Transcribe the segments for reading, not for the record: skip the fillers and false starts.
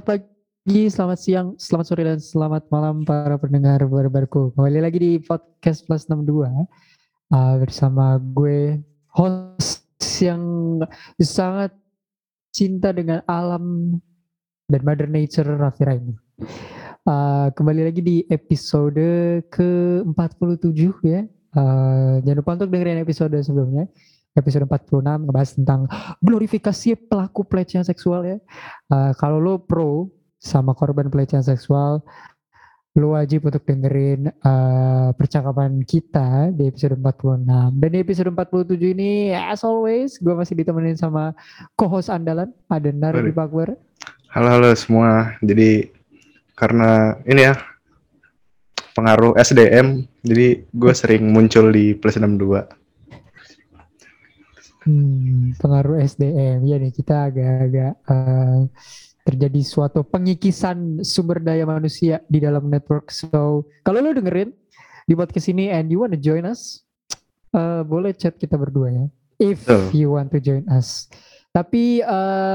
pagi, selamat siang, selamat sore, dan selamat malam para pendengar barbarku. Kembali lagi di podcast Plus 62 bersama gue, host yang sangat cinta dengan alam dan Mother Nature, Raffi Raimi. Kembali lagi di episode ke-47 ya. Jangan lupa untuk dengerin episode sebelumnya. Episode 46 ngebahas tentang glorifikasi pelaku pelecehan seksual ya. Kalau lo pro sama korban pelecehan seksual, lo wajib untuk dengerin percakapan kita di episode 46. Dan di episode 47 ini, as always, gue masih ditemenin sama co-host andalan, ada Nardi Bakbar. Halo semua. Jadi karena ini ya pengaruh SDM, jadi gue sering muncul di Plus 62. Pengaruh SDM ya nih, kita agak-agak terjadi suatu pengikisan sumber daya manusia di dalam network. So kalau lo dengerin di podcast ini and you wanna join us, boleh chat kita berdua ya, if you want to join us. Tapi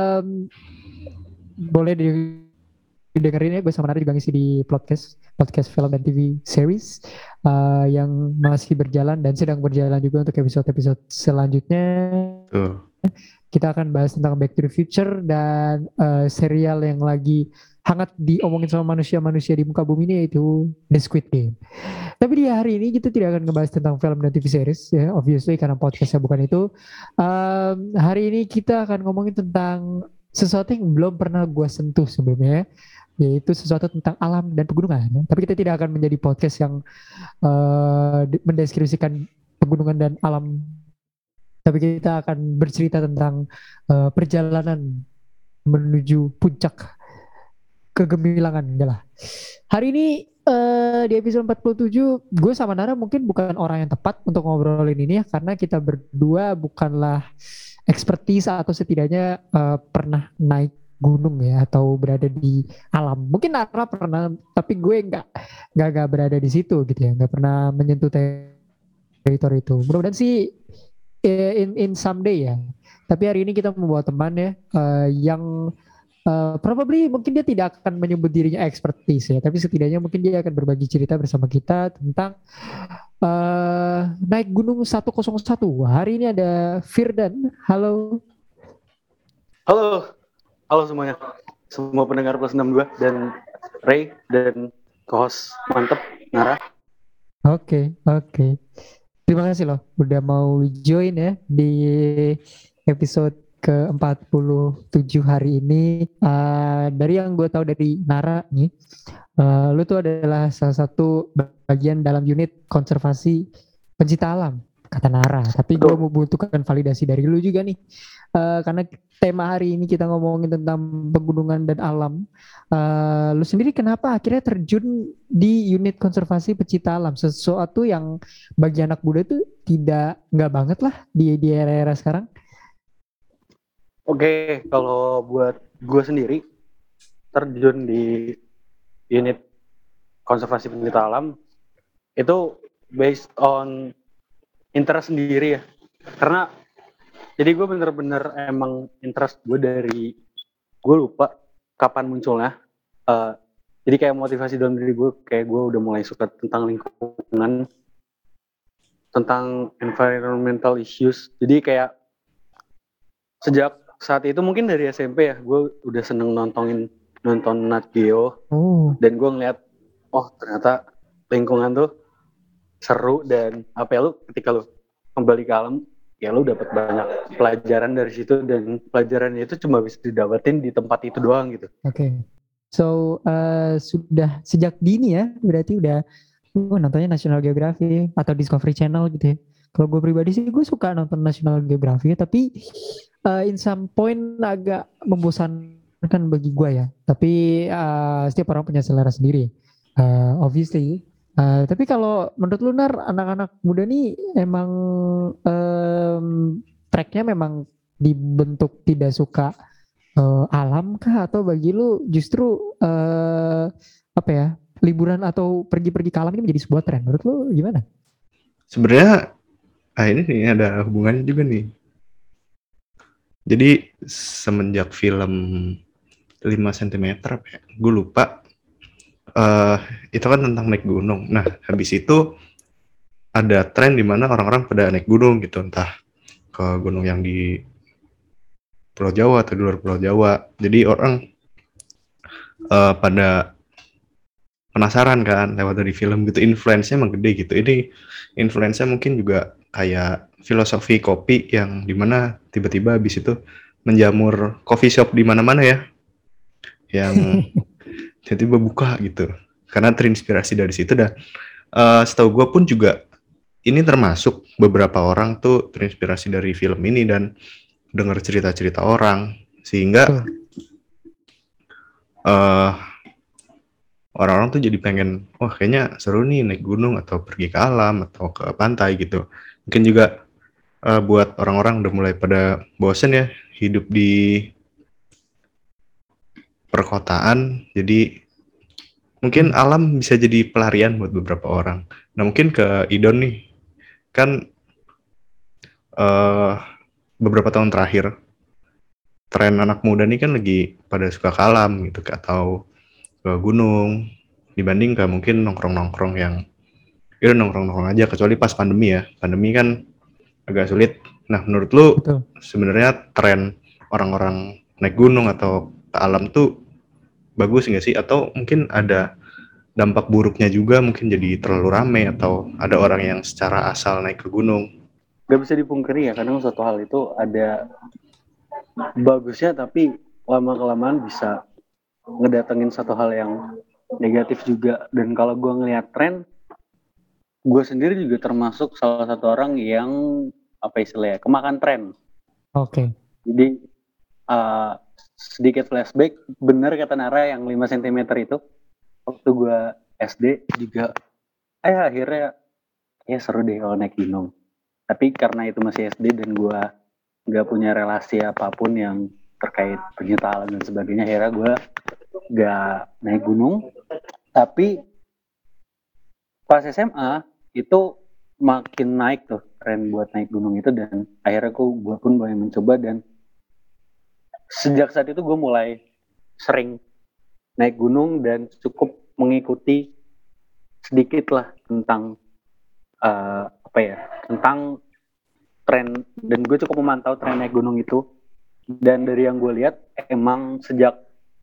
boleh didengerin ya, gue sama Nara juga ngisi di podcast film dan TV series yang masih berjalan dan sedang berjalan juga untuk episode-episode selanjutnya. Kita akan bahas tentang Back to the Future dan serial yang lagi hangat diomongin sama manusia-manusia di muka bumi ini, yaitu The Squid Game. Tapi di hari ini kita tidak akan ngebahas tentang film dan TV series ya, obviously karena podcastnya bukan itu. Hari ini kita akan ngomongin tentang sesuatu yang belum pernah gue sentuh sebelumnya, yaitu sesuatu tentang alam dan pegunungan. Tapi kita tidak akan menjadi podcast yang mendeskripsikan pegunungan dan alam, tapi kita akan bercerita tentang perjalanan menuju puncak kegemilangan. Hari ini di episode 47 gue sama Nara mungkin bukan orang yang tepat untuk ngobrolin ini ya, karena kita berdua bukanlah ekspertis atau setidaknya pernah naik gunung ya atau berada di alam. Mungkin Nara pernah, tapi gue nggak berada di situ gitu ya, nggak pernah menyentuh teritori itu. Mudah-mudahan sih in someday ya. Tapi hari ini kita membawa teman ya yang probably mungkin dia tidak akan menyebut dirinya ekspertis ya, tapi setidaknya mungkin dia akan berbagi cerita bersama kita tentang naik gunung 101. Hari ini ada Firdan. Halo. Halo semuanya. Semua pendengar Plus 62 dan Ray dan co-host mantep Nara. Oke. Terima kasih loh udah mau join ya di episode ke-47 hari ini. Dari yang gue tahu dari Nara nih, lu tuh adalah salah satu bagian dalam unit konservasi pencinta alam, kata Nara. Tapi gue membutuhkan validasi dari lu juga nih, karena tema hari ini kita ngomongin tentang pegunungan dan alam. Lu sendiri kenapa akhirnya terjun di unit konservasi pencinta alam, sesuatu yang bagi anak muda itu nggak banget lah di era-era sekarang? Oke, kalau buat gue sendiri terjun di unit konservasi pencinta alam itu based on interest sendiri ya. Karena jadi gue bener-bener emang interest gue dari, gue lupa kapan munculnya. Jadi kayak motivasi dalam diri gue, kayak gue udah mulai suka tentang lingkungan, tentang environmental issues. Jadi kayak sejak saat itu mungkin dari SMP ya, gue udah seneng nonton Nat Geo. Dan gue ngeliat, ternyata lingkungan tuh seru, dan ketika lu kembali ke alam, ya lu dapat banyak pelajaran dari situ, dan pelajaran itu cuma bisa didapetin di tempat itu doang gitu. Oke. So sudah sejak dini ya, berarti udah nontonnya National Geographic atau Discovery Channel gitu ya. Kalau gue pribadi sih gue suka nonton National Geographic, tapi in some point agak membosankan bagi gue ya. Tapi setiap orang punya selera sendiri, obviously. Tapi kalau menurut lu Nar, anak-anak muda nih emang tracknya memang dibentuk tidak suka alam kah, atau bagi lu justru liburan atau pergi-pergi ke alam ini menjadi sebuah tren? Menurut lu gimana? Sebenarnya ini nih ada hubungannya juga nih. Jadi semenjak film 5 cm apa ya? Gue lupa. Itu kan tentang naik gunung. Nah, habis itu ada tren di mana orang-orang pada naik gunung gitu, entah ke gunung yang di Pulau Jawa atau di luar Pulau Jawa. Jadi orang pada penasaran kan lewat dari film gitu, influence-nya emang gede gitu. Ini influence-nya mungkin juga kayak filosofi kopi yang dimana tiba-tiba habis itu menjamur coffee shop di mana-mana ya, yang tiba-tiba buka gitu. Karena terinspirasi dari situ. Dan setahu gue pun juga ini termasuk beberapa orang tuh terinspirasi dari film ini dan dengar cerita-cerita orang, sehingga orang-orang tuh jadi pengen, wah kayaknya seru nih naik gunung atau pergi ke alam atau ke pantai gitu. Mungkin juga buat orang-orang udah mulai pada bosen ya hidup di perkotaan, jadi mungkin alam bisa jadi pelarian buat beberapa orang. Nah mungkin ke Idon nih, kan beberapa tahun terakhir tren anak muda nih kan lagi pada suka ke alam gitu, atau ke gunung, dibanding ke mungkin nongkrong-nongkrong yang ya nongkrong-nongkrong aja, kecuali pas pandemi ya. Pandemi kan agak sulit. Nah, menurut lu Betul. sebenarnya tren orang-orang naik gunung atau ke alam tuh bagus nggak sih? Atau mungkin ada dampak buruknya juga, mungkin jadi terlalu rame atau ada orang yang secara asal naik ke gunung? Gak bisa dipungkiri ya, kadang suatu hal itu ada bagusnya, tapi lama-kelamaan bisa ngedatengin satu hal yang negatif juga. Dan kalau gue ngeliat tren, gue sendiri juga termasuk salah satu orang yang apa istilahnya, kemakan tren. Oke. Jadi sedikit flashback, bener kata Nara yang 5 cm itu, waktu gue SD juga, akhirnya ya seru deh kalau naik gunung. Tapi karena itu masih SD dan gue gak punya relasi apapun yang terkait pencinta alam dan sebagainya, akhirnya gue gak naik gunung. Tapi pas SMA itu makin naik tuh tren buat naik gunung itu, dan akhirnya gue pun mulai mencoba, dan sejak saat itu gue mulai sering naik gunung dan cukup mengikuti sedikit lah tentang tentang tren, dan gue cukup memantau tren naik gunung itu. Dan dari yang gue lihat, emang sejak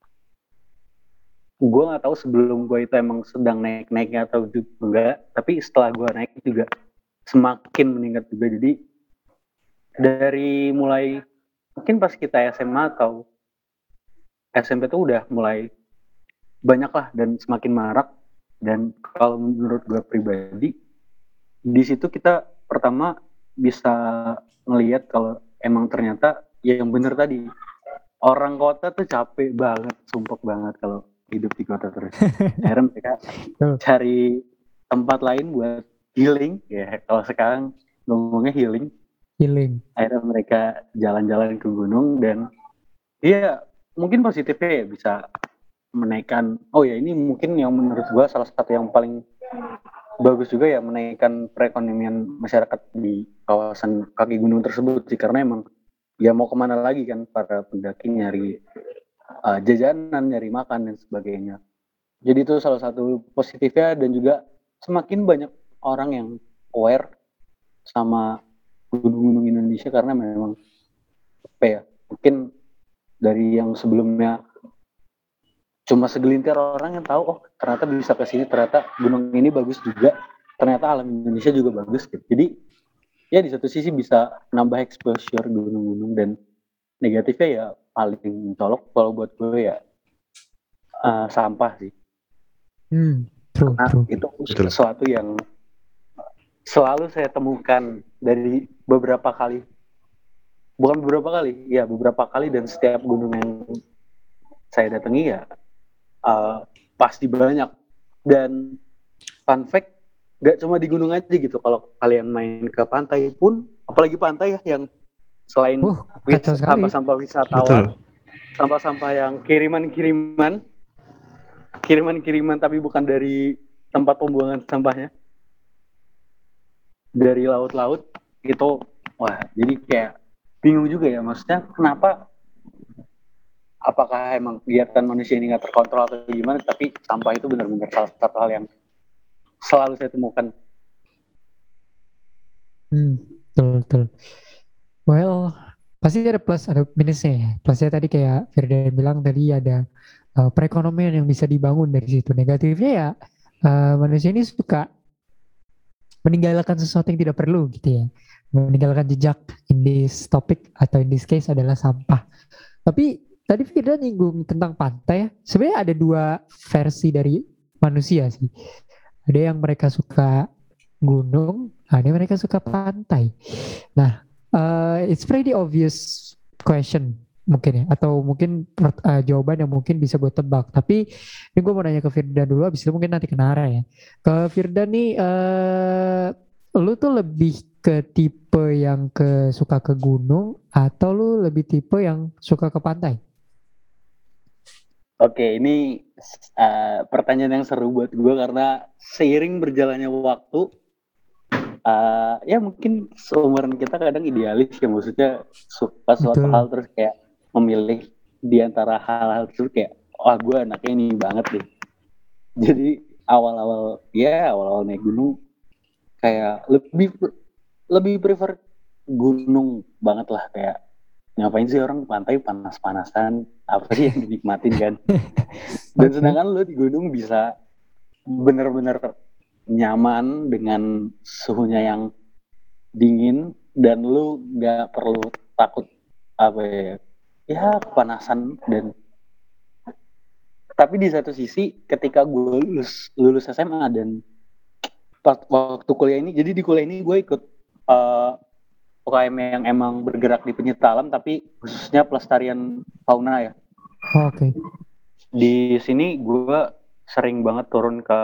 gue nggak tahu sebelum gue itu emang sedang naik-naiknya atau enggak, tapi setelah gue naik juga semakin meningkat juga. Jadi dari mulai mungkin pas kita SMA atau SMP tuh udah mulai banyak lah dan semakin marak. Dan kalau menurut gue pribadi, di situ kita pertama bisa ngelihat kalau emang ternyata ya yang bener tadi, orang kota tuh capek banget, sumpek banget kalau hidup di kota terus. Akhirnya mereka cari tempat lain buat healing ya, kalau sekarang ngomongnya healing. Akhirnya mereka jalan-jalan ke gunung, dan iya mungkin positifnya ya bisa menaikkan, oh ya ini mungkin yang menurut gua salah satu yang paling bagus juga ya, menaikkan perekonomian masyarakat di kawasan kaki gunung tersebut sih. Karena emang ya mau kemana lagi kan para pendaki, nyari jajanan, nyari makan dan sebagainya. Jadi itu salah satu positifnya. Dan juga semakin banyak orang yang aware sama gunung-gunung Indonesia, karena memang apa ya, mungkin dari yang sebelumnya cuma segelintir orang yang tahu, oh ternyata bisa ke sini, ternyata gunung ini bagus juga, ternyata alam Indonesia juga bagus gitu. Jadi ya di satu sisi bisa nambah exposure gunung-gunung, dan negatifnya ya paling colok kalau buat gue ya sampah sih. Karena itu sesuatu yang selalu saya temukan dari beberapa kali, dan setiap gunung yang saya datangi ya pasti banyak. Dan fun fact, gak cuma di gunung aja gitu, kalau kalian main ke pantai pun, apalagi pantai ya yang selain sampah-sampah wisatawan, sampah-sampah yang kiriman tapi bukan dari tempat pembuangan sampahnya, dari laut-laut itu, wah jadi kayak bingung juga ya, maksudnya kenapa apakah emang kegiatan manusia ini nggak terkontrol atau gimana, tapi sampah itu benar-benar salah satu hal yang selalu saya temukan. Betul, betul. Well, pasti ada plus ada minusnya ya. Plusnya tadi kayak Firdan bilang tadi ada perekonomian yang bisa dibangun dari situ. Negatifnya ya manusia ini suka meninggalkan sesuatu yang tidak perlu gitu ya. Meninggalkan jejak in this topic atau in this case adalah sampah. Tapi tadi Firdan nyinggung tentang pantai ya. Sebenarnya ada dua versi dari manusia sih. Ada yang mereka suka gunung, ada yang mereka suka pantai. Nah, it's pretty obvious question mungkin ya, atau mungkin jawaban yang mungkin bisa gue tebak. Tapi ini gue mau nanya ke Firdan dulu, abis itu mungkin nanti ke Nara ya. Ke Firdan nih, lu tuh lebih ke tipe yang suka ke gunung atau lu lebih tipe yang suka ke pantai? Oke, ini pertanyaan yang seru buat gue karena seiring berjalannya waktu, ya mungkin seumuran kita kadang idealis ya, maksudnya suka suatu Betul. hal terus kayak memilih di antara hal-hal tersebut kayak, wah gue anaknya ini banget deh. Jadi awal-awal naik gunung kayak lebih prefer gunung banget lah, kayak ngapain sih orang pantai panas-panasan, apa sih yang dinikmatin kan. Dan sedangkan lo di gunung bisa bener-bener nyaman dengan suhunya yang dingin dan lu nggak perlu takut apa ya kepanasan. Dan tapi di satu sisi ketika gue lulus SMA dan waktu kuliah ini, jadi di kuliah ini gue ikut UKM yang emang bergerak di penyerta alam tapi khususnya pelestarian fauna ya. Oke. Di sini gue sering banget turun ke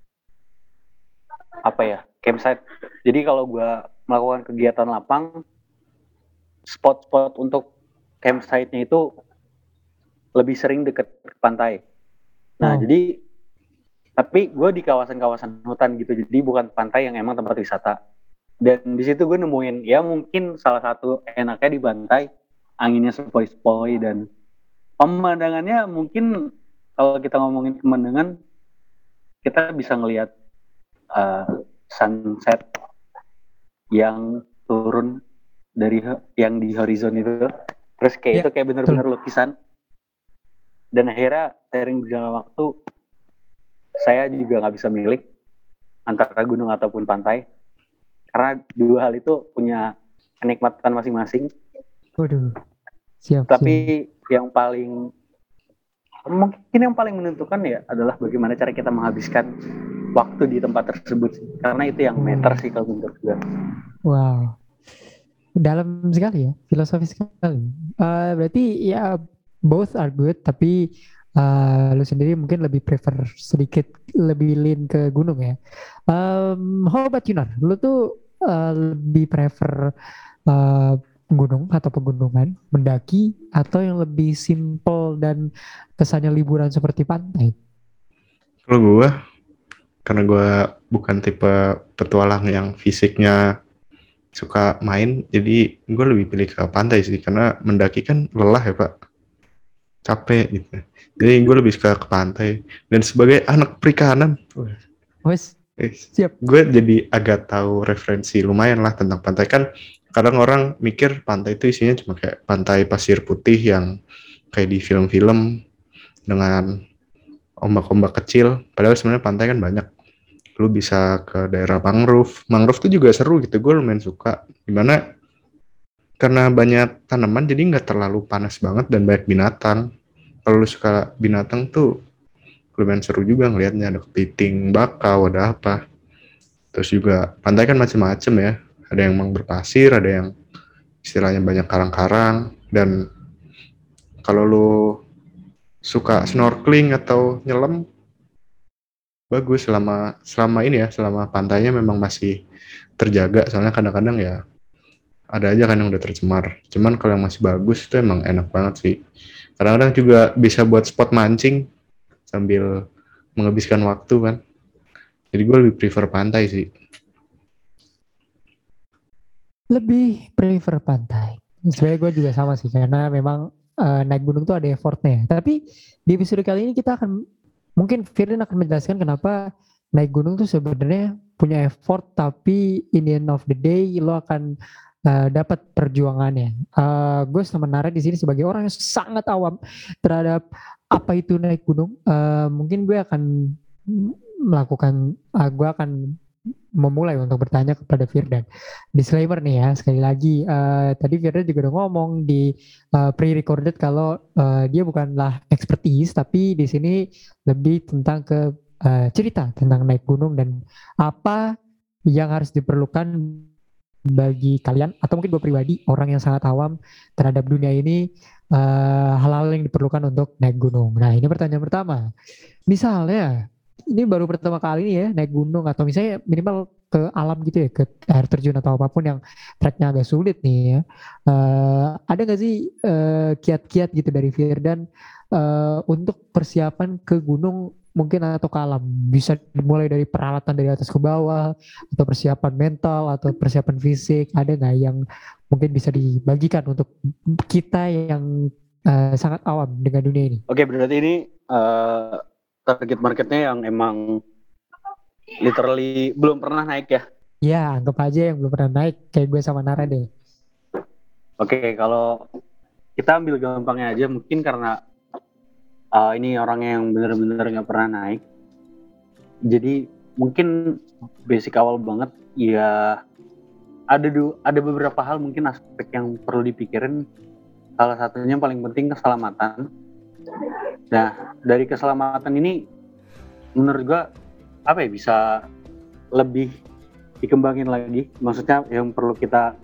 campsite. Jadi kalau gue melakukan kegiatan lapang, spot-spot untuk campsite-nya itu lebih sering deket ke pantai. Nah, jadi tapi gue di kawasan-kawasan hutan gitu, jadi bukan pantai yang emang tempat wisata. Dan di situ gue nemuin ya mungkin salah satu enaknya di pantai, anginnya sepoi-sepoi dan pemandangannya mungkin kalau kita ngomongin pemandangan, kita bisa ngelihat sunset yang turun dari yang di horizon itu, terus kayak itu kayak benar-benar lukisan. Dan akhirnya seiring berjalan waktu, saya juga nggak bisa milih antara gunung ataupun pantai karena dua hal itu punya kenikmatan masing-masing. Waduh. Siap. Tapi yang paling menentukan ya adalah bagaimana cara kita menghabiskan waktu di tempat tersebut, karena itu yang matter sih kalau menurut gue. Wow, dalam sekali ya, filosofis sekali. Berarti ya both are good, tapi lu sendiri mungkin lebih prefer sedikit lebih lean ke gunung ya. How about you, Nar? Lu tuh lebih prefer gunung atau pegunungan, mendaki, atau yang lebih simple dan kesannya liburan seperti pantai? Kalau gue, karena gue bukan tipe petualang yang fisiknya suka main, jadi gue lebih pilih ke pantai sih, karena mendaki kan lelah ya Pak, capek gitu. Jadi gue lebih suka ke pantai. Dan sebagai anak perikanan, siap. Gue jadi agak tahu referensi lumayan lah tentang pantai. Kan kadang orang mikir pantai itu isinya cuma kayak pantai pasir putih yang kayak di film-film dengan ombak-ombak kecil. Padahal sebenarnya pantai kan banyak. Lu bisa ke daerah mangrove. Mangrove tuh juga seru gitu. Gue lumayan suka. Dimana karena banyak tanaman jadi nggak terlalu panas banget dan banyak binatang. Kalau lu suka binatang tuh lumayan seru juga ngelihatnya. Ada kepiting, bakau, ada apa. Terus juga pantai kan macam-macam ya. Ada yang emang berpasir, ada yang istilahnya banyak karang-karang. Dan kalau lu suka snorkeling atau nyelam, bagus selama ini ya, selama pantainya memang masih terjaga. Soalnya kadang-kadang ya ada aja kan yang udah tercemar. Cuman kalau yang masih bagus itu emang enak banget sih. Kadang-kadang juga bisa buat spot mancing sambil menghabiskan waktu kan. Jadi gue lebih prefer pantai sih. Lebih prefer pantai. Sebenarnya gue juga sama sih, karena memang naik gunung tuh ada effortnya. Tapi di episode kali ini kita akan mungkin Firdan akan menjelaskan kenapa naik gunung tuh sebenarnya punya effort, tapi in the end of the day lo akan dapat perjuangannya. Gue sama Nara di sini sebagai orang yang sangat awam terhadap apa itu naik gunung. Mungkin gue akan gue akan memulai untuk bertanya kepada Firdan. Disclaimer nih ya, sekali lagi tadi Firdan juga udah ngomong di pre-recorded kalau dia bukanlah expertise, tapi di sini lebih tentang ke cerita tentang naik gunung dan apa yang harus diperlukan bagi kalian atau mungkin gue pribadi orang yang sangat awam terhadap dunia ini, hal-hal yang diperlukan untuk naik gunung. Nah ini pertanyaan pertama, misalnya ini baru pertama kali nih ya naik gunung atau misalnya minimal ke alam gitu ya, ke air terjun atau apapun yang treknya agak sulit nih ya, ada gak sih kiat-kiat gitu dari Firdan untuk persiapan ke gunung mungkin atau ke alam? Bisa dimulai dari peralatan dari atas ke bawah atau persiapan mental atau persiapan fisik, ada nggak yang mungkin bisa dibagikan untuk kita yang sangat awam dengan dunia ini? Oke, berarti ini target marketnya yang emang literally belum pernah naik ya? Ya, anggap aja yang belum pernah naik kayak gue sama Nara deh. Oke, kalau kita ambil gampangnya aja, mungkin karena ini orang yang benar-benar nggak pernah naik, jadi mungkin basic awal banget ya ada beberapa hal mungkin aspek yang perlu dipikirin. Salah satunya yang paling penting keselamatan. Nah, dari keselamatan ini menurut gua bisa lebih dikembangin lagi. Maksudnya yang perlu kita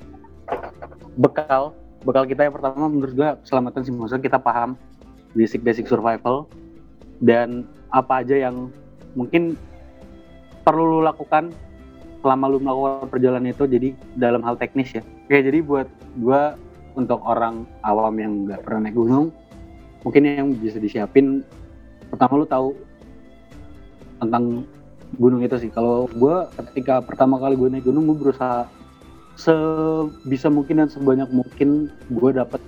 bekal kita yang pertama menurut gua keselamatan sih. Maksudnya kita paham basic survival dan apa aja yang mungkin perlu lu lakukan selama lu melakukan perjalanan itu, jadi dalam hal teknis ya. Oke, jadi buat gua untuk orang awam yang nggak pernah naik gunung, mungkin yang bisa disiapin pertama lu tahu tentang gunung itu sih. Kalau gua ketika pertama kali gue naik gunung, gue berusaha sebisa mungkin dan sebanyak mungkin gue dapat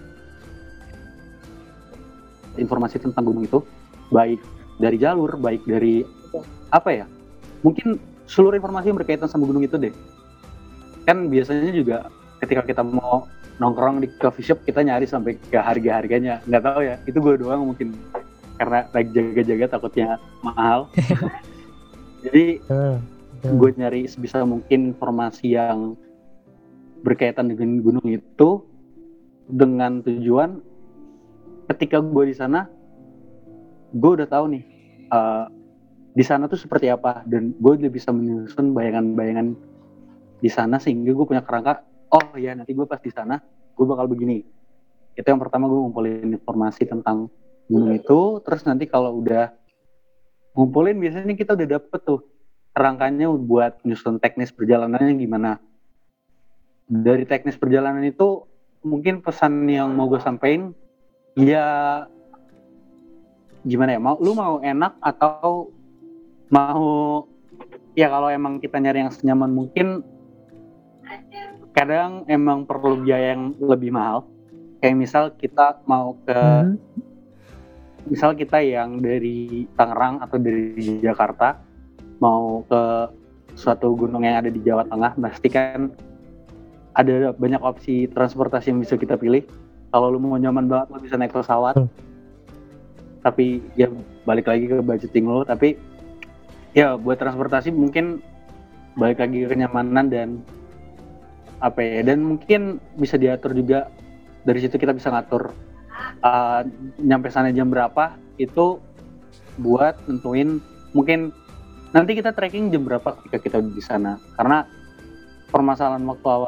informasi tentang gunung itu, baik dari jalur, baik dari mungkin seluruh informasi yang berkaitan sama gunung itu deh. Kan biasanya juga ketika kita mau nongkrong di coffee shop, kita nyari sampai ke harga-harganya. Nggak tahu ya, itu gue doang mungkin karena lagi jaga-jaga takutnya mahal. Jadi gue nyari sebisa mungkin informasi yang berkaitan dengan gunung itu dengan tujuan ketika gue di sana, gue udah tahu nih di sana tuh seperti apa, dan gue udah bisa menyusun bayangan-bayangan di sana sehingga gue punya kerangka. Oh ya, nanti gue pas di sana gue bakal begini. Itu yang pertama, gue ngumpulin informasi tentang gunung itu. Terus nanti kalau udah ngumpulin, biasanya kita udah dapet tuh kerangkanya buat nyusun teknis perjalanannya gimana. Dari teknis perjalanan itu mungkin pesan yang mau gue sampein ya gimana ya, lu mau enak atau mau ya, kalau emang kita nyari yang senyaman mungkin, kadang emang perlu biaya yang lebih mahal. Kayak misal kita mau ke misal kita yang dari Tangerang atau dari Jakarta mau ke suatu gunung yang ada di Jawa Tengah, pasti kan ada banyak opsi transportasi yang bisa kita pilih. Kalau lu mau nyaman banget, lu bisa naik pesawat. Tapi ya balik lagi ke budgeting lo. Tapi ya buat transportasi mungkin balik lagi ke kenyamanan dan dan mungkin bisa diatur juga. Dari situ kita bisa ngatur nyampe sana jam berapa, itu buat nentuin mungkin nanti kita trekking jam berapa ketika kita di sana. Karena permasalahan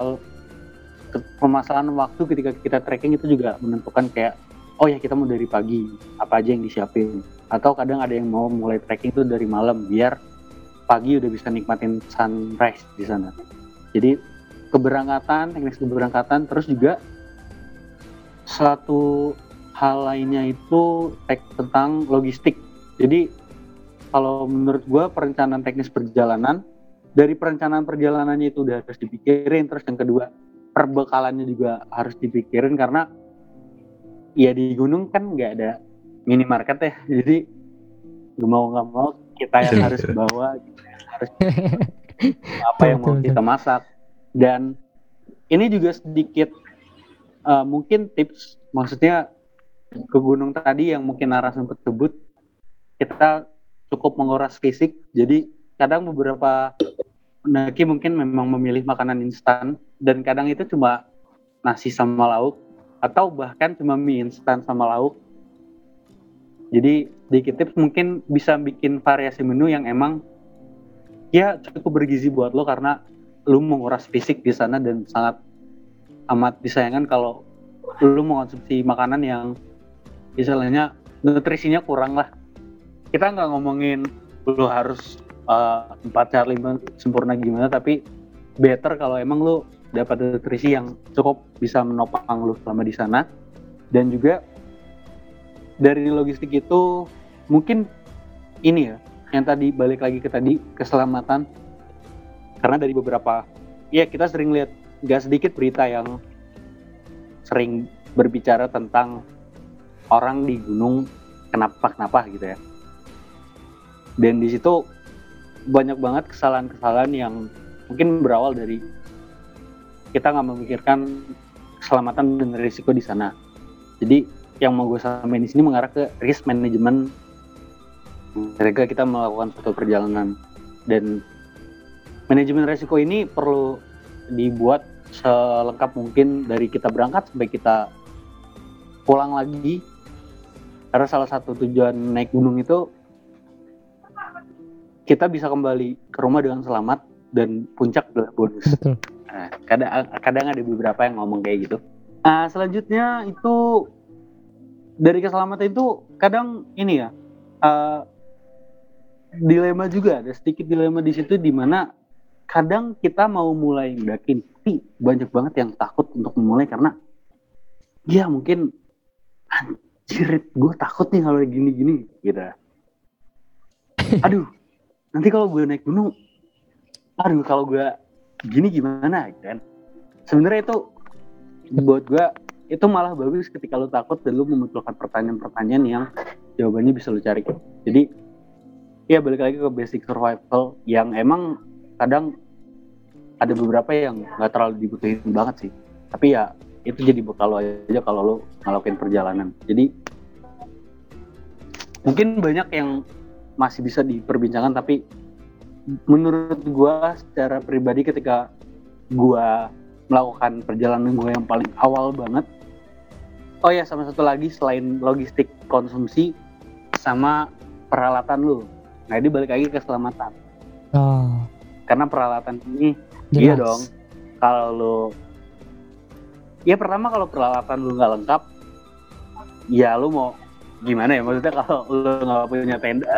waktu ketika kita trekking itu juga menentukan kayak, oh ya kita mau dari pagi, apa aja yang disiapin. Atau kadang ada yang mau mulai trekking itu dari malam, biar pagi udah bisa nikmatin sunrise di sana. Jadi teknis keberangkatan, terus juga satu hal lainnya itu tentang logistik. Jadi kalau menurut gue perencanaan teknis perjalanan, dari perencanaan perjalanannya itu udah harus dipikirin. Terus yang kedua, perbekalannya juga harus dipikirin, karena ya di gunung kan nggak ada minimarket ya, jadi nggak mau kita yang harus bawa, harus apa yang mau kita masak. Dan ini juga sedikit mungkin tips, maksudnya ke gunung tadi yang mungkin Ara sempat sebut, kita cukup menguras fisik. Jadi kadang beberapa pendaki mungkin memang memilih makanan instan, dan kadang itu cuma nasi sama lauk, atau bahkan cuma mie instan sama lauk. Jadi sedikit tips, mungkin bisa bikin variasi menu yang emang ya cukup bergizi buat lo, karena lo menguras fisik di sana, dan sangat amat disayangkan kalau lo mengonsumsi makanan yang istilahnya nutrisinya kurang lah. Kita nggak ngomongin lo harus 4 sehat 5 sempurna gimana, tapi better kalau emang lo dapat nutrisi yang cukup bisa menopang lo selama di sana. Dan juga dari logistik itu mungkin ini ya, yang tadi balik lagi ke tadi, keselamatan. Karena dari beberapa, ya kita sering lihat gak sedikit berita yang sering berbicara tentang orang di gunung kenapa gitu ya. Dan di situ banyak banget kesalahan-kesalahan yang mungkin berawal dari kita nggak memikirkan keselamatan dan risiko di sana. Jadi yang mau gue sampaikan di sini mengarah ke risk management ketika kita melakukan suatu perjalanan. Dan manajemen risiko ini perlu dibuat selengkap mungkin dari kita berangkat sampai kita pulang lagi. Karena salah satu tujuan naik gunung itu kita bisa kembali ke rumah dengan selamat, dan puncak adalah bonus. Betul. Nah, kadang ada beberapa yang ngomong kayak gitu. Selanjutnya itu dari keselamatan itu kadang ini ya, dilema juga, ada sedikit dilema di situ, di mana kadang kita mau mulai mendaki, tapi banyak banget yang takut untuk memulai karena ya mungkin anjir, gue takut nih kalau gini-gini gitu. Aduh, nanti kalau gue naik gunung, kalau gue gini gimana kan. Sebenarnya itu buat gue itu malah bagus ketika lo takut dan lo memunculkan pertanyaan-pertanyaan yang jawabannya bisa lo cari. Jadi ya balik lagi ke basic survival yang emang kadang ada beberapa yang nggak terlalu dibutuhin banget sih, tapi ya itu jadi bekal lo aja kalau lo ngelakuin perjalanan. Jadi mungkin banyak yang masih bisa diperbincangkan, tapi menurut gue secara pribadi ketika gue melakukan perjalanan gue yang paling awal banget, oh ya sama satu lagi selain logistik konsumsi sama peralatan lu, nah ini balik lagi ke keselamatan. Karena peralatan ini jelas. Iya dong, kalau lu ya pertama kalau peralatan lu nggak lengkap, ya lu mau gimana ya, maksudnya kalau lu nggak punya tenda.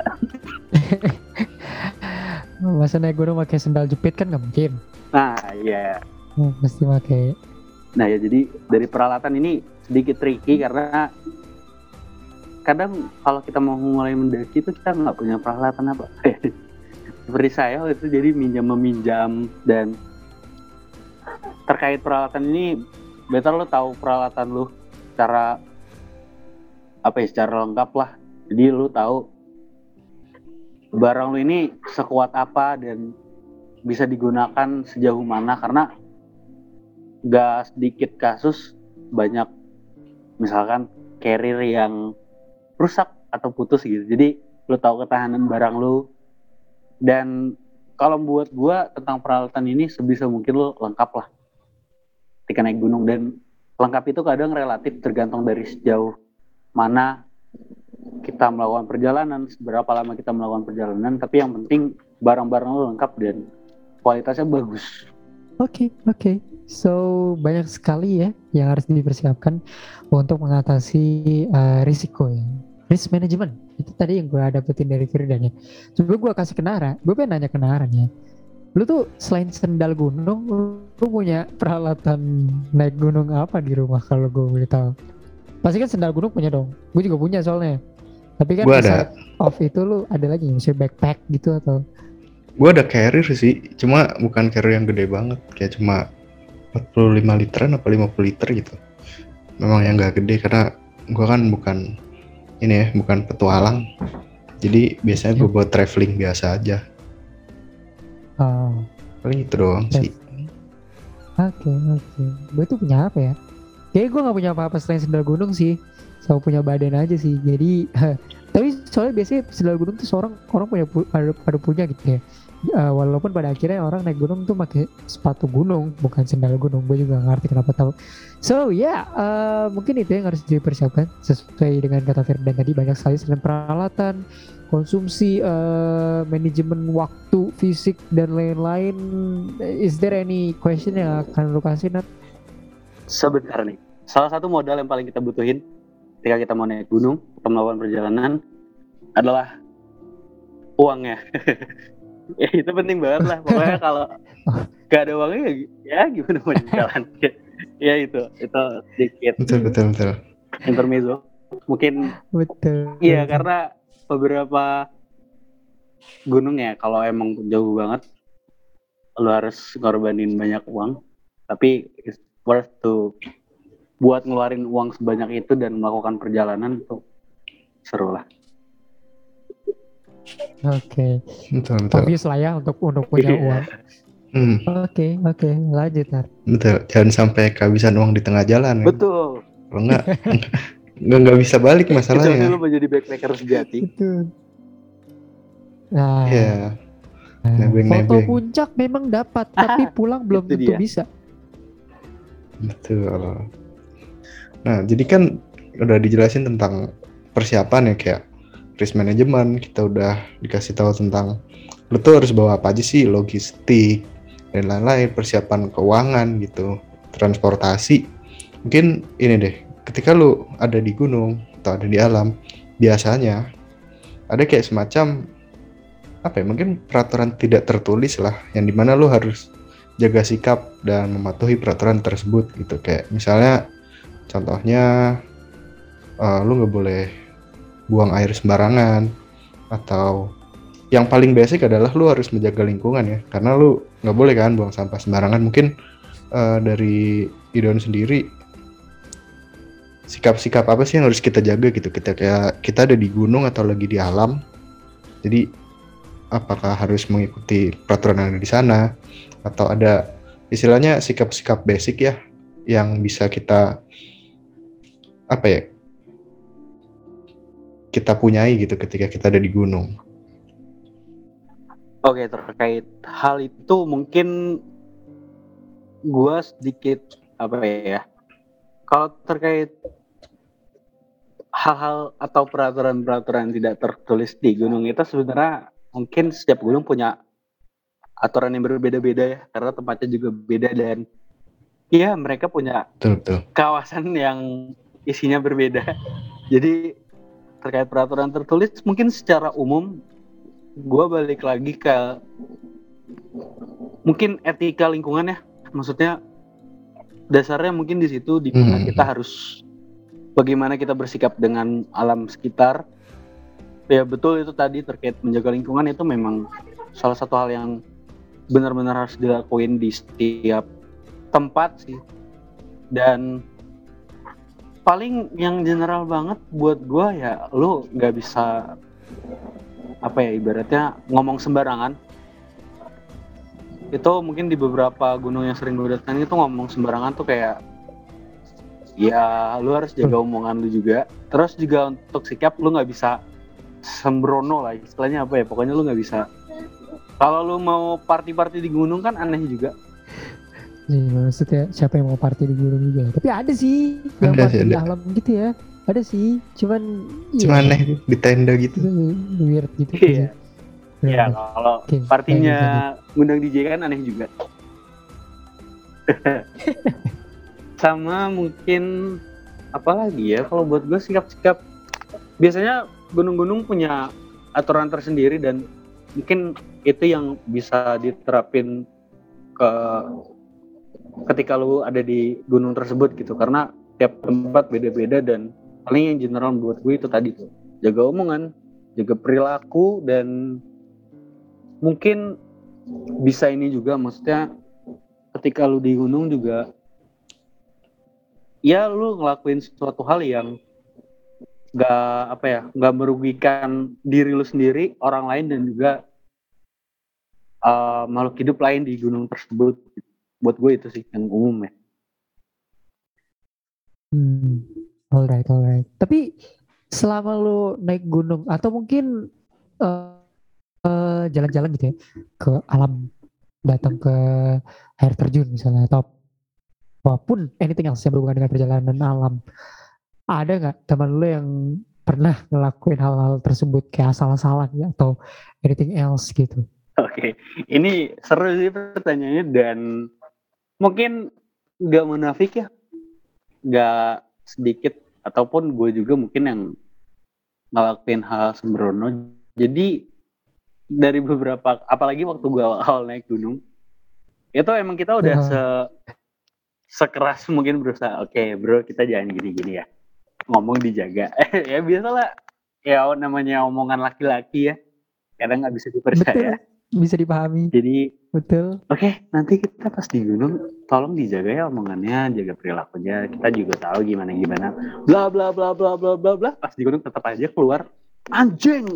Masa naik gunung pakai sendal jepit kan nggak mungkin. Nah iya. Mesti pakai. Nah ya, jadi dari peralatan ini sedikit tricky karena kadang kalau kita mau mulai mendaki itu kita nggak punya peralatan apa. Seperti saya itu jadi meminjam, dan terkait peralatan ini better lo tahu peralatan lo secara lengkap lah. Jadi lo tahu barang lo ini sekuat apa dan bisa digunakan sejauh mana, karena gak sedikit kasus banyak misalkan carrier yang rusak atau putus gitu. Jadi lo tahu ketahanan barang lo. Dan kalau buat gua tentang peralatan ini sebisa mungkin lo lengkap lah ketika naik gunung. Dan lengkap itu kadang relatif tergantung dari sejauh mana kita melakukan perjalanan, seberapa lama kita melakukan perjalanan, tapi yang penting barang-barang lo lengkap dan kualitasnya bagus. Oke. So banyak sekali ya yang harus dipersiapkan untuk mengatasi risiko ya. Risk management itu tadi yang gue dapetin dari Firdan ya. Coba gue kasih ke Nara, gue pengen nanya ke Nara nih ya. Lu tuh selain sendal gunung, lu punya peralatan naik gunung apa di rumah kalau gue boleh tahu? Pasti kan sendal gunung punya dong. Gue juga punya soalnya. Tapi kan Gua off itu lu ada lagi misalnya backpack gitu atau? Gue ada carrier sih, cuma bukan carrier yang gede banget, kayak cuma 45 literan apa 50 liter gitu. Memang yang gak gede karena gue kan bukan ini ya, bukan petualang. Jadi biasanya gue buat traveling biasa aja. Oh, Paling itu doang sih. oke. Gue tuh punya apa ya? Kayaknya gue gak punya apa-apa selain sendal gunung sih. Sama punya badan aja sih. Jadi, tapi soalnya biasanya sendal gunung tuh orang pada punya gitu ya. Walaupun pada akhirnya orang naik gunung tuh pakai sepatu gunung, bukan sendal gunung. Gue juga gak ngerti kenapa tahu. So ya, mungkin itu yang harus dipersiapkan sesuai dengan kata Firdan tadi, banyak sekali selain peralatan, konsumsi, manajemen waktu, fisik dan lain-lain. Is there any question yang akan lu kasih, Nat? Sebentar nih. Salah satu modal yang paling kita butuhin ketika kita mau naik gunung atau melakukan perjalanan adalah uangnya. Ya itu penting banget lah. Pokoknya kalau gak ada uangnya ya gimana mau jalan. Ya itu sedikit Betul. intermezzo. Mungkin Betul. iya karena beberapa gunung ya kalau emang jauh banget lo harus ngorbanin banyak uang, tapi it's worth to buat ngeluarin uang sebanyak itu dan melakukan perjalanan tuh seru lah. Oke. Betul. Obvious lah ya untuk punya uang. Oke, lanjut, Nat. Betul. Jangan sampai kehabisan uang di tengah jalan. Kan? Betul. Kalau nggak bisa balik masalahnya. Kecuali lo menjadi backpacker sejati. Betul. Nah, Iya. foto puncak memang dapat, tapi pulang belum tentu bisa. Betul. Nah, jadi kan udah dijelasin tentang persiapan ya, kayak risk management, kita udah dikasih tahu tentang lu tuh harus bawa apa aja sih, logistik dan lain-lain, persiapan keuangan gitu, transportasi. Mungkin ini deh, ketika lu ada di gunung atau ada di alam, biasanya ada kayak semacam apa ya, mungkin peraturan tidak tertulis lah, yang dimana lu harus jaga sikap dan mematuhi peraturan tersebut gitu. Kayak misalnya contohnya lu nggak boleh buang air sembarangan, atau yang paling basic adalah lu harus menjaga lingkungan ya, karena lu nggak boleh kan buang sampah sembarangan. Mungkin dari Idon sendiri, sikap-sikap apa sih yang harus kita jaga gitu ketika kita ada di gunung atau lagi di alam? Jadi apakah harus mengikuti peraturan yang ada di sana, atau ada istilahnya sikap-sikap basic ya yang bisa kita apa ya, kita punyai gitu ketika kita ada di gunung? Oke, terkait hal itu mungkin gue sedikit apa ya, kalau terkait hal-hal atau peraturan-peraturan yang tidak tertulis di gunung itu sebenarnya mungkin setiap gunung punya aturan yang berbeda-beda ya, karena tempatnya juga beda dan iya mereka punya Betul. kawasan yang isinya berbeda. Jadi terkait peraturan tertulis mungkin secara umum gue balik lagi ke mungkin etika lingkungan ya, maksudnya dasarnya mungkin di situ di mana kita harus bagaimana kita bersikap dengan alam sekitar. Ya betul, itu tadi terkait menjaga lingkungan itu memang salah satu hal yang benar-benar harus dilakuin di setiap tempat sih. Dan paling yang general banget buat gue ya, lu nggak bisa apa ya, ibaratnya ngomong sembarangan. Itu mungkin di beberapa gunung yang sering gue datangin itu ngomong sembarangan tuh kayak ya lu harus jaga omongan lu juga. Terus juga untuk sikap lu nggak bisa sembrono lah, istilahnya apa ya, pokoknya lu nggak bisa. Kalau lu mau party di gunung kan aneh juga. Iya, maksudnya siapa yang mau party di gunung juga? Tapi ada sih yang party di alam gitu ya. Ada sih, cuman aneh di tenda gitu. Weird gitu. Iya. Ya kalau partinya ngundang DJ kan aneh juga. Sama mungkin apa lagi ya, kalau buat gue sikap-sikap, biasanya gunung-gunung punya aturan tersendiri dan mungkin itu yang bisa diterapin ketika lu ada di gunung tersebut gitu, karena tiap tempat beda-beda. Dan paling yang general buat gue itu tadi tuh, jaga omongan, jaga perilaku, dan mungkin bisa ini juga, maksudnya ketika lu di gunung juga ya lu ngelakuin suatu hal yang nggak merugikan diri lu sendiri, orang lain, dan juga makhluk hidup lain di gunung tersebut. Buat gue itu sih yang umum ya. Alright. Tapi selama lu naik gunung atau mungkin jalan-jalan gitu ya ke alam, datang ke air terjun misalnya atau apapun, anything else yang berhubungan dengan perjalanan alam, ada nggak teman lu yang pernah ngelakuin hal-hal tersebut kayak asal-asalan ya atau anything else gitu? Oke, ini seru sih pertanyaannya, dan mungkin nggak munafik ya, nggak sedikit ataupun gue juga mungkin yang ngelakuin hal sembrono. Jadi dari beberapa, apalagi waktu gue awal naik gunung, itu emang kita udah sekeras mungkin berusaha, oke bro, kita jangan gini-gini ya, ngomong dijaga. Ya biasalah, ya namanya omongan laki-laki ya, kadang nggak bisa dipercaya. Betul, bisa dipahami. Jadi betul. Oke, nanti kita pas di gunung tolong dijaga ya omongannya, jaga perilakunya. Kita juga tahu gimana bla bla bla bla bla bla bla. Pas di gunung tetap aja keluar anjing.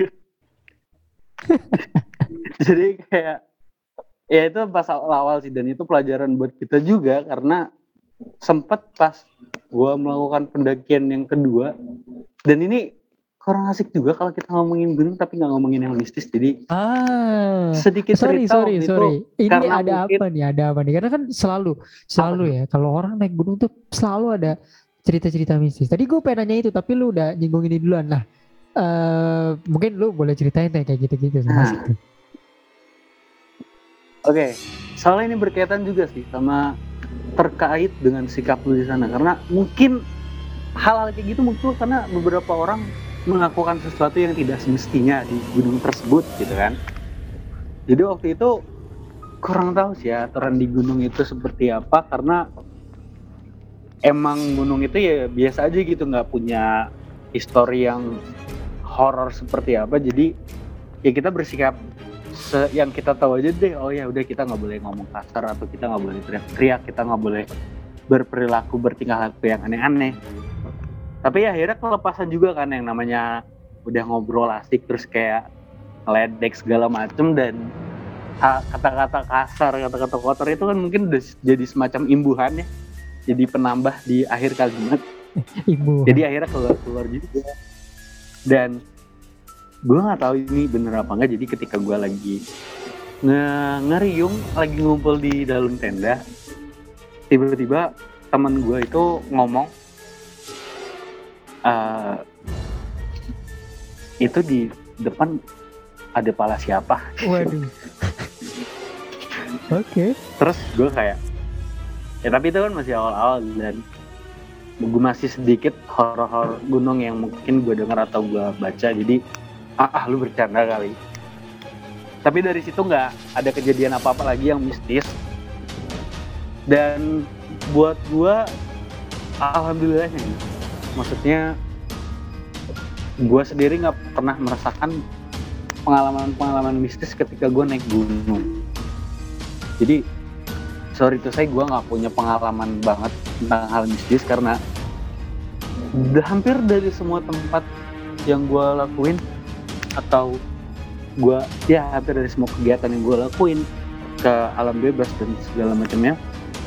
Jadi kayak ya itu pas awal sih, dan itu pelajaran buat kita juga, karena sempat pas gue melakukan pendakian yang kedua, dan ini kurang asik juga kalau kita ngomongin gunung tapi nggak ngomongin yang mistis. Jadi sedikit cerita sorry. Ini ada apa nih? Karena kan selalu ya kalau orang naik gunung tuh selalu ada cerita-cerita mistis. Tadi gue pengen nanya itu tapi lu udah nyinggung ini duluan. Nah, mungkin lu boleh ceritain kayak gitu-gitu. Oke, soalnya ini berkaitan juga sih sama terkait dengan sikap lu di sana, karena mungkin hal-hal kayak gitu muncul karena beberapa orang melakukan sesuatu yang tidak semestinya di gunung tersebut gitu kan. Jadi waktu itu kurang tahu sih ya aturan di gunung itu seperti apa, karena emang gunung itu ya biasa aja gitu, nggak punya histori yang horor seperti apa. Jadi ya kita bersikap yang kita tahu aja deh. Oh ya udah, kita nggak boleh ngomong kasar, atau kita nggak boleh teriak-teriak, kita nggak boleh berperilaku bertingkah laku yang aneh-aneh. Tapi ya akhirnya kelepasan juga kan, yang namanya udah ngobrol asik terus kayak ngeledek segala macem, dan kata-kata kasar, kata-kata kotor itu kan mungkin udah jadi semacam imbuhan ya, jadi penambah di akhir kalimat. Jadi akhirnya keluar juga. Dan gue nggak tahu ini bener apa enggak, jadi ketika gue lagi ngeriung, lagi ngumpul di dalam tenda, tiba-tiba teman gue itu ngomong, itu di depan ada pala siapa? Waduh. Oke. Terus gue kayak, ya tapi itu kan masih awal-awal, dan gue masih sedikit horor gunung yang mungkin gue dengar atau gue baca, jadi lu bercanda kali. Tapi dari situ nggak ada kejadian apa-apa lagi yang mistis. Dan buat gue, alhamdulillahnya, maksudnya gue sendiri nggak pernah merasakan pengalaman mistis ketika gue naik gunung. Jadi sorry to say, gue nggak punya pengalaman banget tentang hal mistis, karena hampir dari semua tempat yang gue lakuin, atau hampir dari semua kegiatan yang gue lakuin ke alam bebas dan segala macamnya,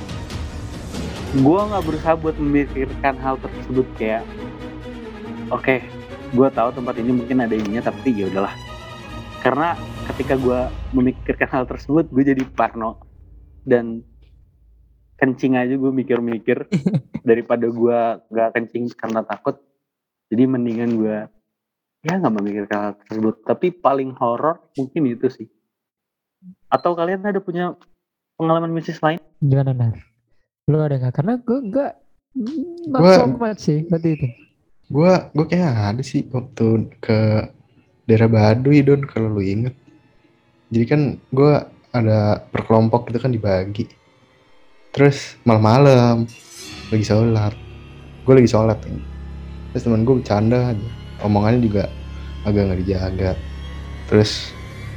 gue nggak berusaha buat memikirkan hal tersebut. Kayak oke, gue tahu tempat ini mungkin ada ininya, tapi ya udahlah. Karena ketika gue memikirkan hal tersebut, gue jadi parno dan kencing aja gue mikir-mikir daripada gue nggak kencing karena takut. Jadi mendingan gue ya nggak memikirkan hal tersebut. Tapi paling horor mungkin itu sih. Atau kalian ada punya pengalaman mistis lain? Gimana Nar? Lu ada nggak? Karena gue nggak so much sih berarti itu. Gue kayak ada sih waktu ke daerah Baduy, Don, kalau lu inget. Jadi kan gue ada perkelompok itu kan dibagi. Terus malam-malam lagi sholat, gue lagi sholat kan. Terus teman gue bercanda aja, omongannya juga agak nggak dijaga. Terus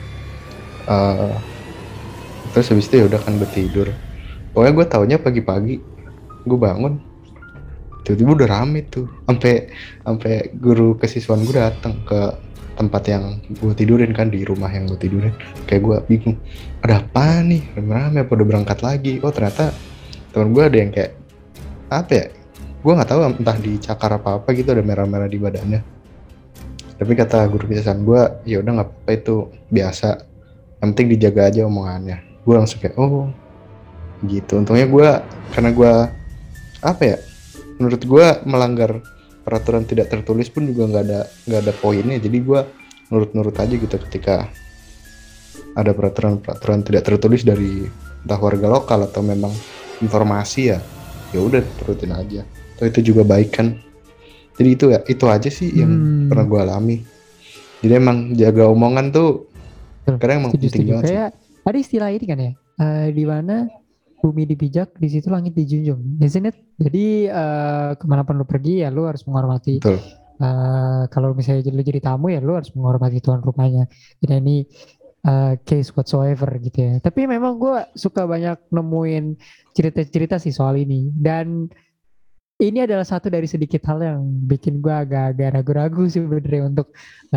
habis itu ya udah kan gue tidur. Pokoknya gue taunya pagi-pagi gue bangun, tiba-tiba udah rame tuh, sampai guru kesiswaan gue datang ke tempat yang gue tidurin kan, di rumah yang gue tidurin. Kayak gue bingung, ada apa nih, rame-rame apa udah berangkat lagi. Oh ternyata teman gue ada yang kayak apa ya, gue nggak tahu entah dicakar apa gitu, ada merah-merah di badannya. Tapi kata guru kesiswaan gue, ya udah nggak apa-apa, itu biasa, yang penting dijaga aja omongannya. Gue langsung kayak oh gitu. Untungnya gue, karena gue apa ya, menurut gue melanggar peraturan tidak tertulis pun juga nggak ada poinnya, jadi gue nurut aja gitu. Ketika ada peraturan tidak tertulis dari entah warga lokal atau memang informasi, ya udah turutin aja. Itu juga baik kan. Jadi itu aja sih yang pernah gue alami. Jadi emang jaga omongan tuh kadang emang penting banget sih. Kayak ada istilah ini kan ya, di mana bumi dipijak, di situ langit dijunjung, isn't it? Jadi kemanapun lu pergi ya lu harus menghormati. Betul. Kalau misalnya lu jadi tamu ya lu harus menghormati tuan rumahnya. Jadi ini case whatsoever gitu ya. Tapi memang gue suka banyak nemuin cerita-cerita sih soal ini, dan ini adalah satu dari sedikit hal yang bikin gue agak-agak ragu-ragu sih sebenarnya untuk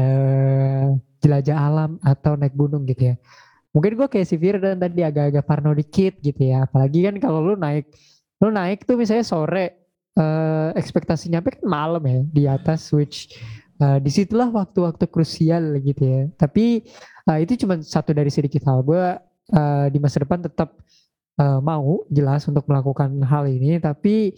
jelajah alam atau naik gunung gitu ya. Mungkin gue kayak si Firdan tadi agak-agak parno dikit gitu ya. Apalagi kan kalau lu naik tuh misalnya sore, ekspektasinya sampai kan malam ya di atas, which disitulah waktu-waktu krusial gitu ya. Tapi itu cuma satu dari sedikit hal. Gue di masa depan tetap mau jelas untuk melakukan hal ini, tapi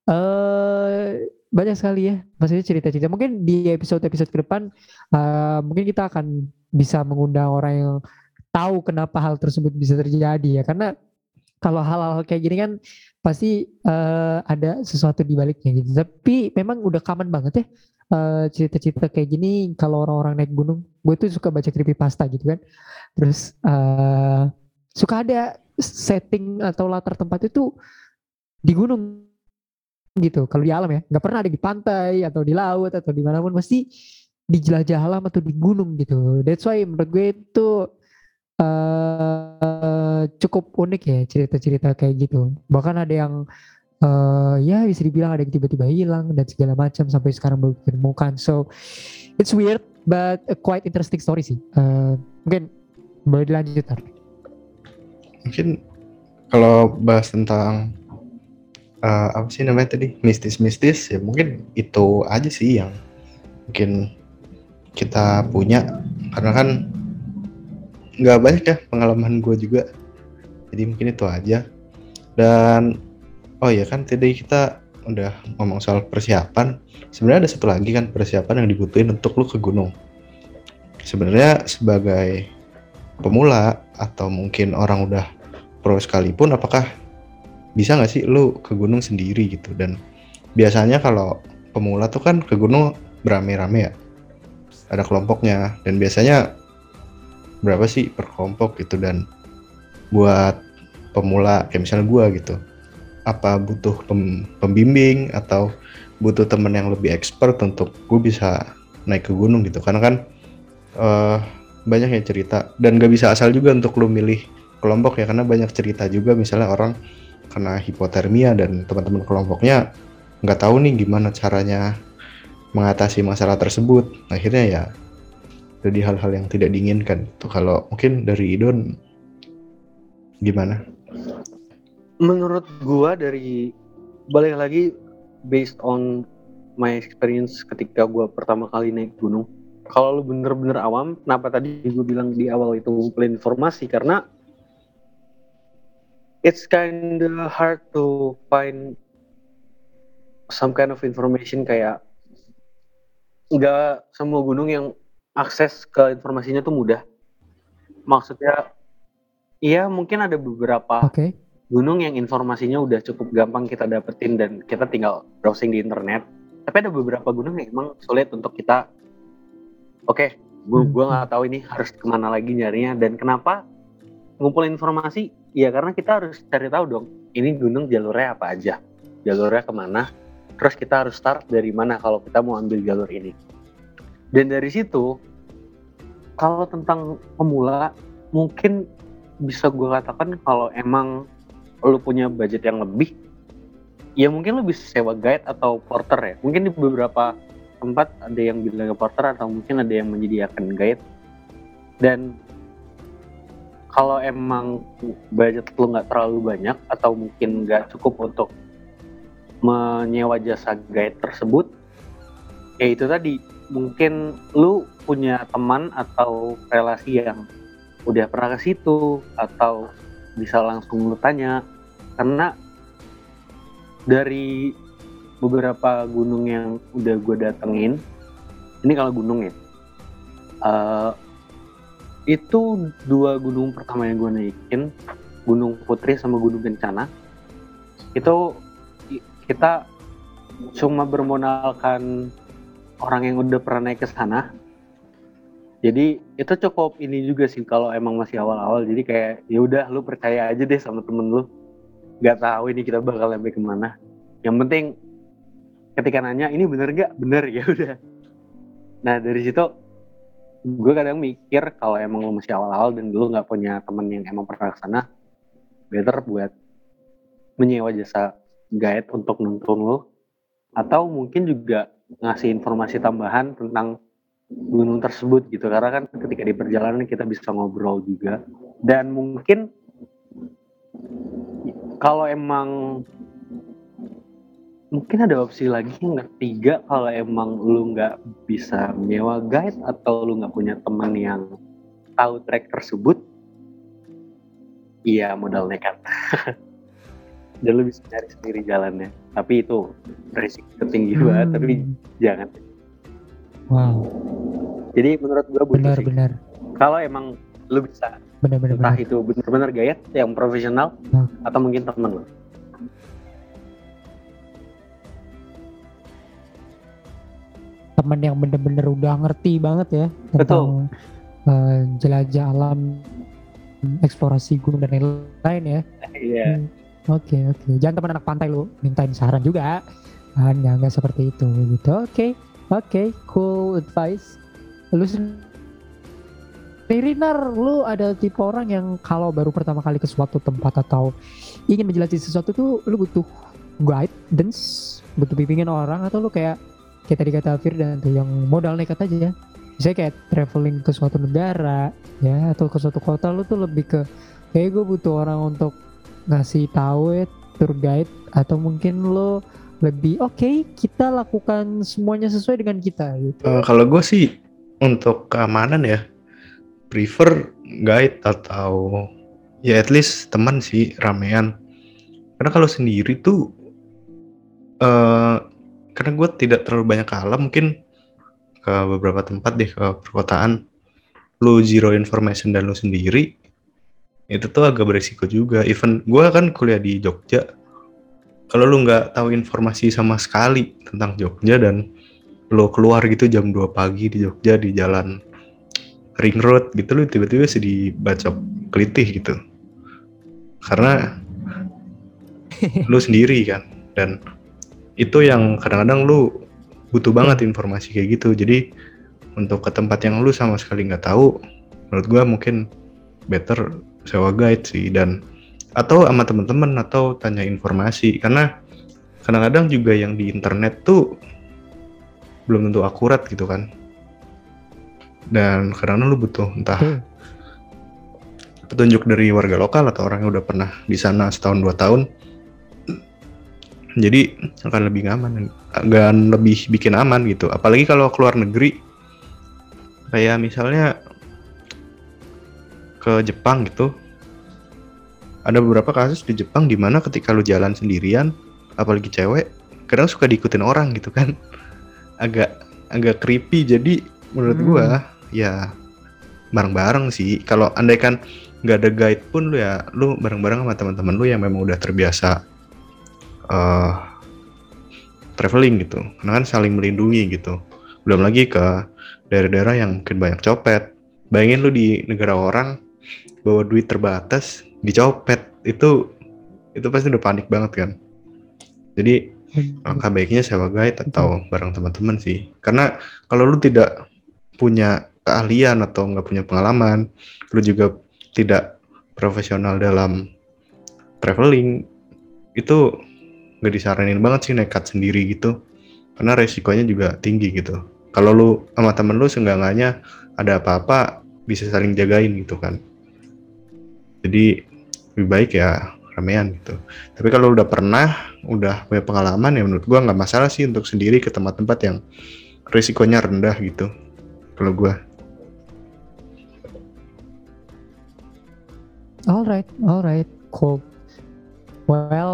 banyak sekali ya maksudnya cerita-cerita. Mungkin di episode-episode ke depan mungkin kita akan bisa mengundang orang yang tahu kenapa hal tersebut bisa terjadi ya, karena kalau hal-hal kayak gini kan pasti ada sesuatu di baliknya gitu. Tapi memang udah common banget ya cerita-cerita kayak gini kalau orang-orang naik gunung. Gue tuh suka baca creepypasta gitu kan, terus suka ada setting atau latar tempat itu di gunung gitu. Kalau di alam ya nggak pernah ada di pantai atau di laut atau dimanapun, pasti di jelajah alam atau di gunung gitu. That's why menurut gue itu cukup unik ya cerita-cerita kayak gitu. Bahkan ada yang ya bisa dibilang ada yang tiba-tiba hilang dan segala macam sampai sekarang belum ditemukan. So it's weird but a quite interesting story sih. Mungkin boleh dilanjut Tar. Mungkin kalau bahas tentang apa sih namanya tadi, mistis-mistis, ya mungkin itu aja sih yang mungkin kita punya, karena kan nggak banyak ya pengalaman gue juga, jadi mungkin itu aja. Dan oh ya kan tadi kita udah ngomong soal persiapan, sebenarnya ada satu lagi kan persiapan yang dibutuhin untuk lu ke gunung. Sebenarnya sebagai pemula atau mungkin orang udah pro sekalipun, apakah bisa nggak sih lu ke gunung sendiri gitu? Dan biasanya kalau pemula tuh kan ke gunung berame-rame ya, ada kelompoknya, dan biasanya berapa sih per kelompok gitu. Dan buat pemula kayak misalnya gua gitu, apa butuh pembimbing atau butuh temen yang lebih expert untuk gue bisa naik ke gunung gitu? Karena kan banyak yang cerita, dan gak bisa asal juga untuk lu milih kelompok ya, karena banyak cerita juga misalnya orang kena hipotermia dan teman-teman kelompoknya nggak tahu nih gimana caranya mengatasi masalah tersebut. Akhirnya ya jadi hal-hal yang tidak diinginkan. Tuh kalau mungkin dari Idon gimana? Menurut gua balik lagi based on my experience ketika gua pertama kali naik gunung. Kalau lu bener-bener awam, kenapa tadi gue bilang di awal itu ngumpulin informasi, karena it's kind of hard to find some kind of information. Kayak nggak semua gunung yang akses ke informasinya tuh mudah. Maksudnya iya mungkin ada beberapa gunung yang informasinya udah cukup gampang kita dapetin dan kita tinggal browsing di internet. Tapi ada beberapa gunung yang emang sulit untuk kita gue nggak tahu ini harus kemana lagi nyarinya. Dan kenapa ngumpulin informasi? Ya karena kita harus cari tahu dong, ini gunung jalurnya apa aja, jalurnya kemana, terus kita harus start dari mana kalau kita mau ambil jalur ini. Dan dari situ, kalau tentang pemula, mungkin bisa gue katakan kalau emang lu punya budget yang lebih, ya mungkin lu bisa sewa guide atau porter ya. Mungkin di beberapa tempat ada yang bilang porter atau mungkin ada yang menyediakan guide. Dan kalau emang budget lu nggak terlalu banyak atau mungkin nggak cukup untuk menyewa jasa guide tersebut, ya itu tadi, mungkin lu punya teman atau relasi yang udah pernah ke situ atau bisa langsung lu tanya. Karena dari beberapa gunung yang udah gue datengin, ini kalau gunung ya, itu 2 gunung pertama yang gue naikin, Gunung Putri sama Gunung Kencana, itu kita cuma bermodalkan orang yang udah pernah naik ke sana. Jadi itu cukup ini juga sih kalau emang masih awal-awal. Jadi kayak ya udah lu percaya aja deh sama temen lu. Gak tahu ini kita bakal sampai kemana. Yang penting ketika nanya ini bener gak? Bener, ya udah. Nah dari situ gue kadang mikir kalau emang lu masih awal-awal dan lu nggak punya temen yang emang pernah ke sana, better buat menyewa jasa guide untuk nuntun lu, atau mungkin juga ngasih informasi tambahan tentang gunung tersebut gitu. Karena kan ketika di perjalanan kita bisa ngobrol juga. Dan mungkin kalau emang mungkin ada opsi lagi yang ketiga, kalau emang lu nggak bisa menyewa guide atau lu nggak punya teman yang tahu trek tersebut, iya modal nekat. Dan lu bisa cari sendiri jalannya. Tapi itu risiko tinggi banget, tapi jangan. Wow. Jadi menurut gue butuh sih. Benar. Kalau emang lu bisa, entah itu benar-benar guide yang profesional atau mungkin temen lu. Teman yang bener-bener udah ngerti banget ya tentang jelajah alam, eksplorasi gunung dan lain-lain ya. Iya. Oke. Jangan teman anak pantai lu mintain saran juga. Nggak seperti itu gitu. Oke, cool advice. Lu sendiri, Nar, lu ada tipe orang yang kalau baru pertama kali ke suatu tempat atau ingin menjelajahi sesuatu tuh lu butuh guidance, butuh bimbingan orang, atau lu kayak tadi kata Firdan tuh yang modal nekat aja ya. Misalnya kayak traveling ke suatu negara ya, atau ke suatu kota, lu tuh lebih ke kayak gue butuh orang untuk ngasih tahu tour guide, atau mungkin lo lebih kita lakukan semuanya sesuai dengan kita gitu. Kalau gue sih untuk keamanan ya prefer guide atau ya at least teman sih, ramean. Karena kalau sendiri tuh karena gue tidak terlalu banyak alam, mungkin ke beberapa tempat deh, ke perkotaan, lu zero information dan lu sendiri, itu tuh agak beresiko juga. Even gue kan kuliah di Jogja, kalau lu nggak tahu informasi sama sekali tentang Jogja dan lu keluar gitu jam 2 pagi di Jogja di jalan ring road gitu, lu tiba-tiba sih dibacok kelitih gitu karena lu sendiri kan. Dan itu yang kadang-kadang lu butuh banget informasi kayak gitu. Jadi untuk ke tempat yang lu sama sekali nggak tahu, menurut gue mungkin better sewa guide sih, dan atau sama teman-teman atau tanya informasi. Karena kadang-kadang juga yang di internet tuh belum tentu akurat gitu kan. Dan kadang-kadang lu butuh entah petunjuk dari warga lokal atau orang yang udah pernah di sana setahun 2 tahun. Jadi akan lebih aman, akan lebih bikin aman gitu. Apalagi kalau keluar negeri, kayak misalnya ke Jepang gitu. Ada beberapa kasus di Jepang di mana ketika lu jalan sendirian, apalagi cewek, kadang suka diikutin orang gitu kan. Agak creepy. Jadi menurut gua ya bareng-bareng sih. Kalau andaikan nggak ada guide pun lu bareng-bareng sama teman-teman lu yang memang udah terbiasa traveling gitu, karena kan saling melindungi gitu. Belum lagi ke daerah-daerah yang mungkin banyak copet. Bayangin lu di negara orang bawa duit terbatas dicopet, itu pasti udah panik banget kan. Jadi langkah baiknya sewa guide atau bareng teman-teman sih. Karena kalau lu tidak punya keahlian atau nggak punya pengalaman, lu juga tidak profesional dalam traveling, itu nggak disaranin banget sih nekat sendiri gitu, karena resikonya juga tinggi gitu. Kalau lu sama temen lu seenggak-enggaknya ada apa-apa bisa saling jagain gitu kan. Jadi lebih baik ya ramean gitu. Tapi kalau udah pernah, udah punya pengalaman ya menurut gua nggak masalah sih untuk sendiri ke tempat-tempat yang risikonya rendah gitu. Kalau gua. Alright, cool. Well,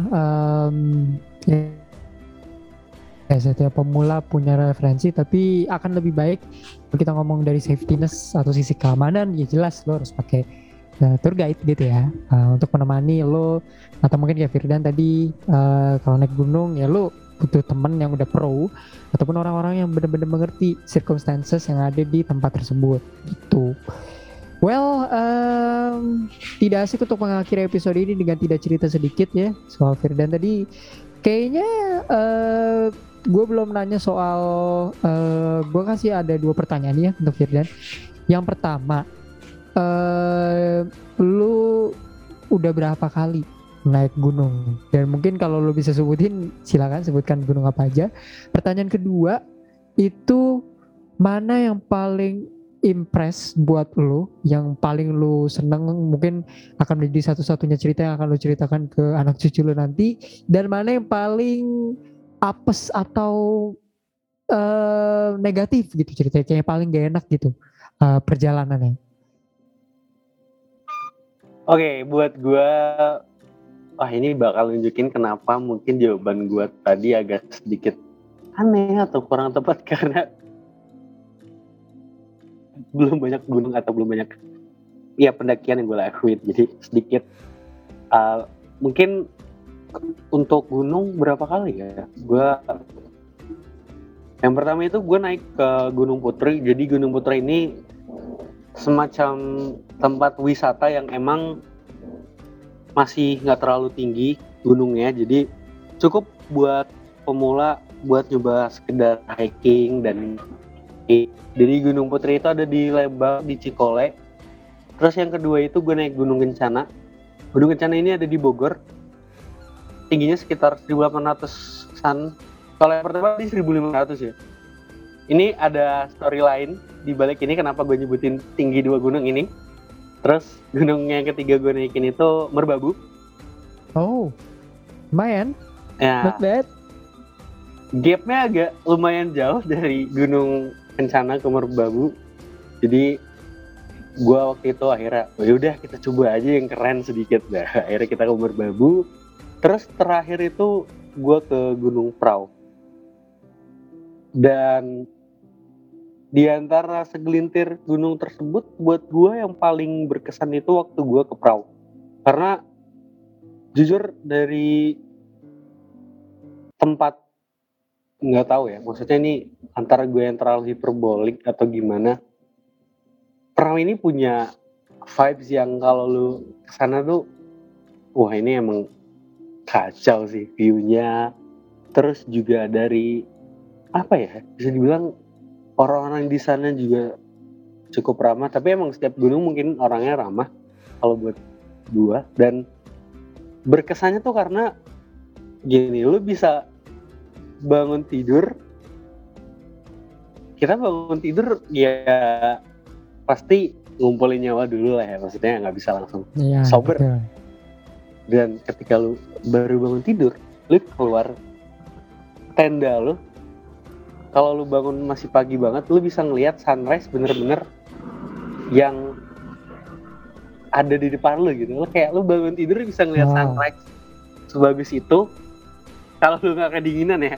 setiap pemula punya referensi, tapi akan lebih baik kalau kita ngomong dari safetyness atau sisi keamanan, ya jelas lo harus pakai tour guide gitu ya, untuk menemani lo, atau mungkin kayak Firdan tadi, kalau naik gunung ya lo butuh temen yang udah pro, ataupun orang-orang yang benar-benar mengerti circumstances yang ada di tempat tersebut gitu. Well, tidak asik untuk mengakhiri episode ini dengan tidak cerita sedikit ya soal Firdan tadi. Kayaknya gue belum nanya soal, gue kasih ada 2 pertanyaan ya untuk Firdan. Yang pertama, lu udah berapa kali naik gunung? Dan mungkin kalau lu bisa sebutin, silakan sebutkan gunung apa aja. Pertanyaan kedua, itu mana yang paling impress buat lu, yang paling lu seneng, mungkin akan menjadi satu-satunya cerita yang akan lu ceritakan ke anak cucu lu nanti, dan mana yang paling apes atau negatif gitu ceritanya, kayak paling gak enak gitu perjalanannya. Oke, buat gue, ini bakal nunjukin kenapa mungkin jawaban gue tadi agak sedikit aneh atau kurang tepat karena belum banyak gunung atau belum banyak pendakian yang gue lakuin, jadi sedikit mungkin untuk gunung berapa kali ya. Gue yang pertama itu gue naik ke Gunung Putri. Jadi Gunung Putri ini semacam tempat wisata yang emang masih nggak terlalu tinggi gunungnya, jadi cukup buat pemula buat nyoba sekedar hiking. Dan jadi Gunung Putri itu ada di Lembang, di Cikole. Terus yang kedua itu gue naik Gunung Kencana. Gunung Kencana ini ada di Bogor, tingginya sekitar 1800-an. Kalau yang pertama di 1500 ya. Ini ada story lain di balik ini kenapa gue nyebutin tinggi 2 gunung ini. Terus gunung yang ketiga gue naikin itu Merbabu. Oh, lumayan, Ya, not bad. gapnya agak lumayan jauh dari Gunung Kencana ke Merbabu. Jadi gue waktu itu akhirnya, yaudah kita coba aja yang keren sedikit dah. Akhirnya kita ke Merbabu. Terus terakhir itu gue ke Gunung Prau. Dan di antara segelintir gunung tersebut, buat gue yang paling berkesan itu waktu gue ke Prau. Karena jujur dari tempat, nggak tahu ya, maksudnya ini antara gue yang terlalu hiperbolik atau gimana, Prau ini punya vibes yang kalau lu kesana tuh, wah ini emang kacau sih view-nya. Terus juga dari apa ya, bisa dibilang orang-orang di sana juga cukup ramah. Tapi emang setiap gunung mungkin orangnya ramah kalau buat gua. Dan berkesannya tuh karena gini, lu bisa bangun tidur, kita bangun tidur ya pasti ngumpulin nyawa dulu lah ya, maksudnya nggak bisa langsung sober. Betul. Dan ketika lu baru bangun tidur, lu keluar tenda lu, kalau lu bangun masih pagi banget, lu bisa ngelihat sunrise bener-bener yang ada di depan lu gitu. Lu kayak lu bangun tidur bisa ngelihat sunrise sebagus itu kalau lu nggak kedinginan ya.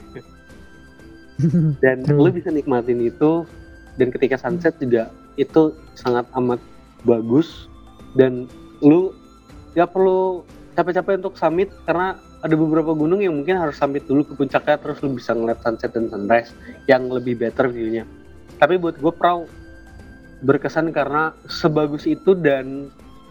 Dan lu bisa nikmatin itu. Dan ketika sunset juga itu sangat amat bagus. Dan lu gak perlu capek-capek untuk summit, karena ada beberapa gunung yang mungkin harus summit dulu ke puncaknya, terus lu bisa ngeliat sunset dan sunrise yang lebih better view-nya. Tapi buat gue Prau berkesan karena sebagus itu dan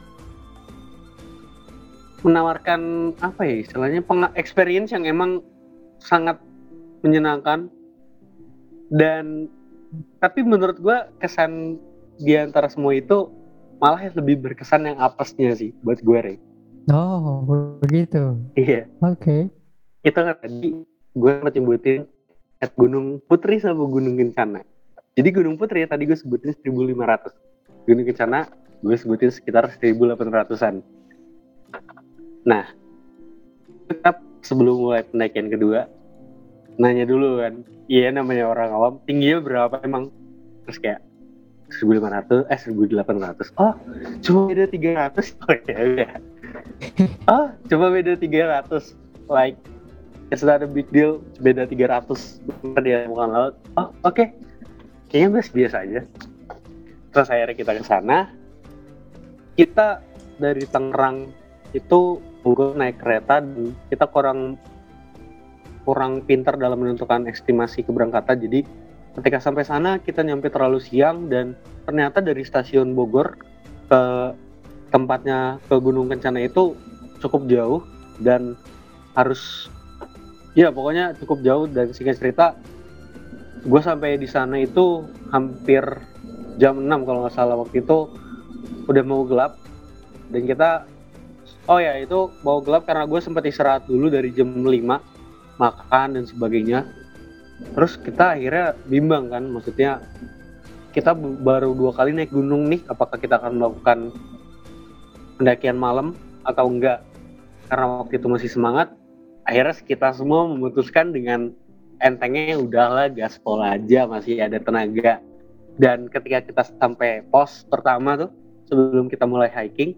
menawarkan apa ya istilahnya, experience yang emang sangat menyenangkan. Dan tapi menurut gue kesan di antara semua itu malah lebih berkesan yang apesnya sih buat gue, Rey. Oh begitu. Iya. Oke. itu kan tadi gue sempat nyebutin at Gunung Putri sama Gunung Kencana. Jadi Gunung Putri tadi gue sebutin 1.500, Gunung Kencana gue sebutin sekitar 1.800-an. Nah, tetap sebelum mulai pendakian kedua, nanya dulu kan, iya namanya orang awam, tingginya berapa emang? Terus kayak 1.500, 1.800. Oh, cuma beda 300. Oh ya. Oh, cuma beda 300. Like, it's not a big deal, beda 300 dia bukan laut. Oh, oke. Kayaknya biasa aja. Terus akhirnya kita ke sana. Kita dari Tangerang itu gue naik kereta dan kita kurang pintar dalam menentukan estimasi keberangkatan. Jadi ketika sampai sana kita nyampe terlalu siang dan ternyata dari stasiun Bogor ke tempatnya ke Gunung Kencana itu cukup jauh dan harus pokoknya cukup jauh. Dan singkat cerita gue sampai di sana itu hampir jam 6 kalau nggak salah. Waktu itu udah mau gelap dan kita itu mau gelap karena gue sempat istirahat dulu dari jam 5, makan dan sebagainya. Terus kita akhirnya bimbang kan, maksudnya kita baru 2 kali naik gunung nih, apakah kita akan melakukan pendakian malam atau enggak. Karena waktu itu masih semangat, akhirnya kita semua memutuskan dengan entengnya udahlah gaspol aja, masih ada tenaga. Dan ketika kita sampai pos pertama tuh, sebelum kita mulai hiking,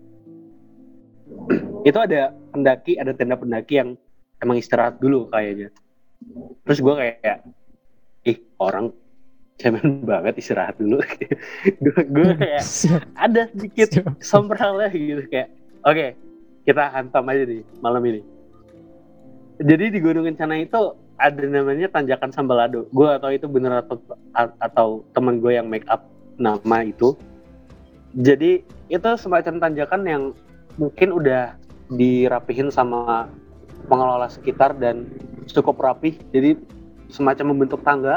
itu ada tenda pendaki yang emang istirahat dulu kayaknya. Terus gue kayak, orang cemen banget istirahat dulu. gue kayak ada sedikit sompral lah gitu, kayak oke, kita hantam aja nih malam ini. Jadi di Gunung Kencana itu ada namanya tanjakan Sambalado. Gue gak tahu itu bener atau teman gue yang make up nama itu. Jadi itu semacam tanjakan yang mungkin udah dirapihin sama pengelola sekitar dan cukup rapih. Jadi semacam membentuk tangga.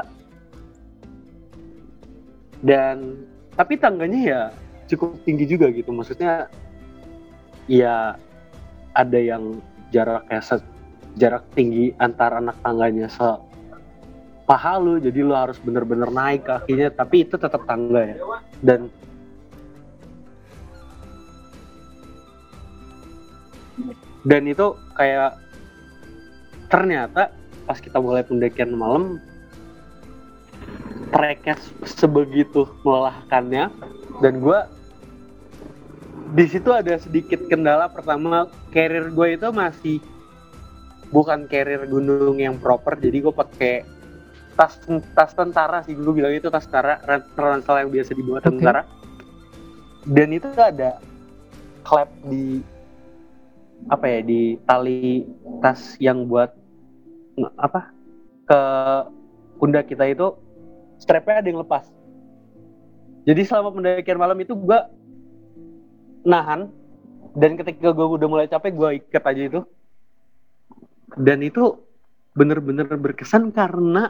Dan tapi tangganya ya cukup tinggi juga gitu. Maksudnya ya ada yang jarak tinggi antar anak tangganya sepaha lu, jadi lu harus bener-bener naik kakinya, tapi itu tetap tangga ya. Dan itu kayak ternyata pas kita mulai pendakian malam, treknya sebegitu melelahkannya. Dan gue di situ ada sedikit kendala. Pertama, carrier gue itu masih bukan carrier gunung yang proper, jadi gue pakai tas tentara sih, gue bilang itu tas tentara, ransel yang biasa dibawa tentara. Dan itu ada klep di tali tas yang buat ke pundak kita itu, strapnya ada yang lepas. Jadi selama pendakian malam itu gue nahan, dan ketika gue udah mulai capek gue ikat aja itu. Dan itu bener-bener berkesan karena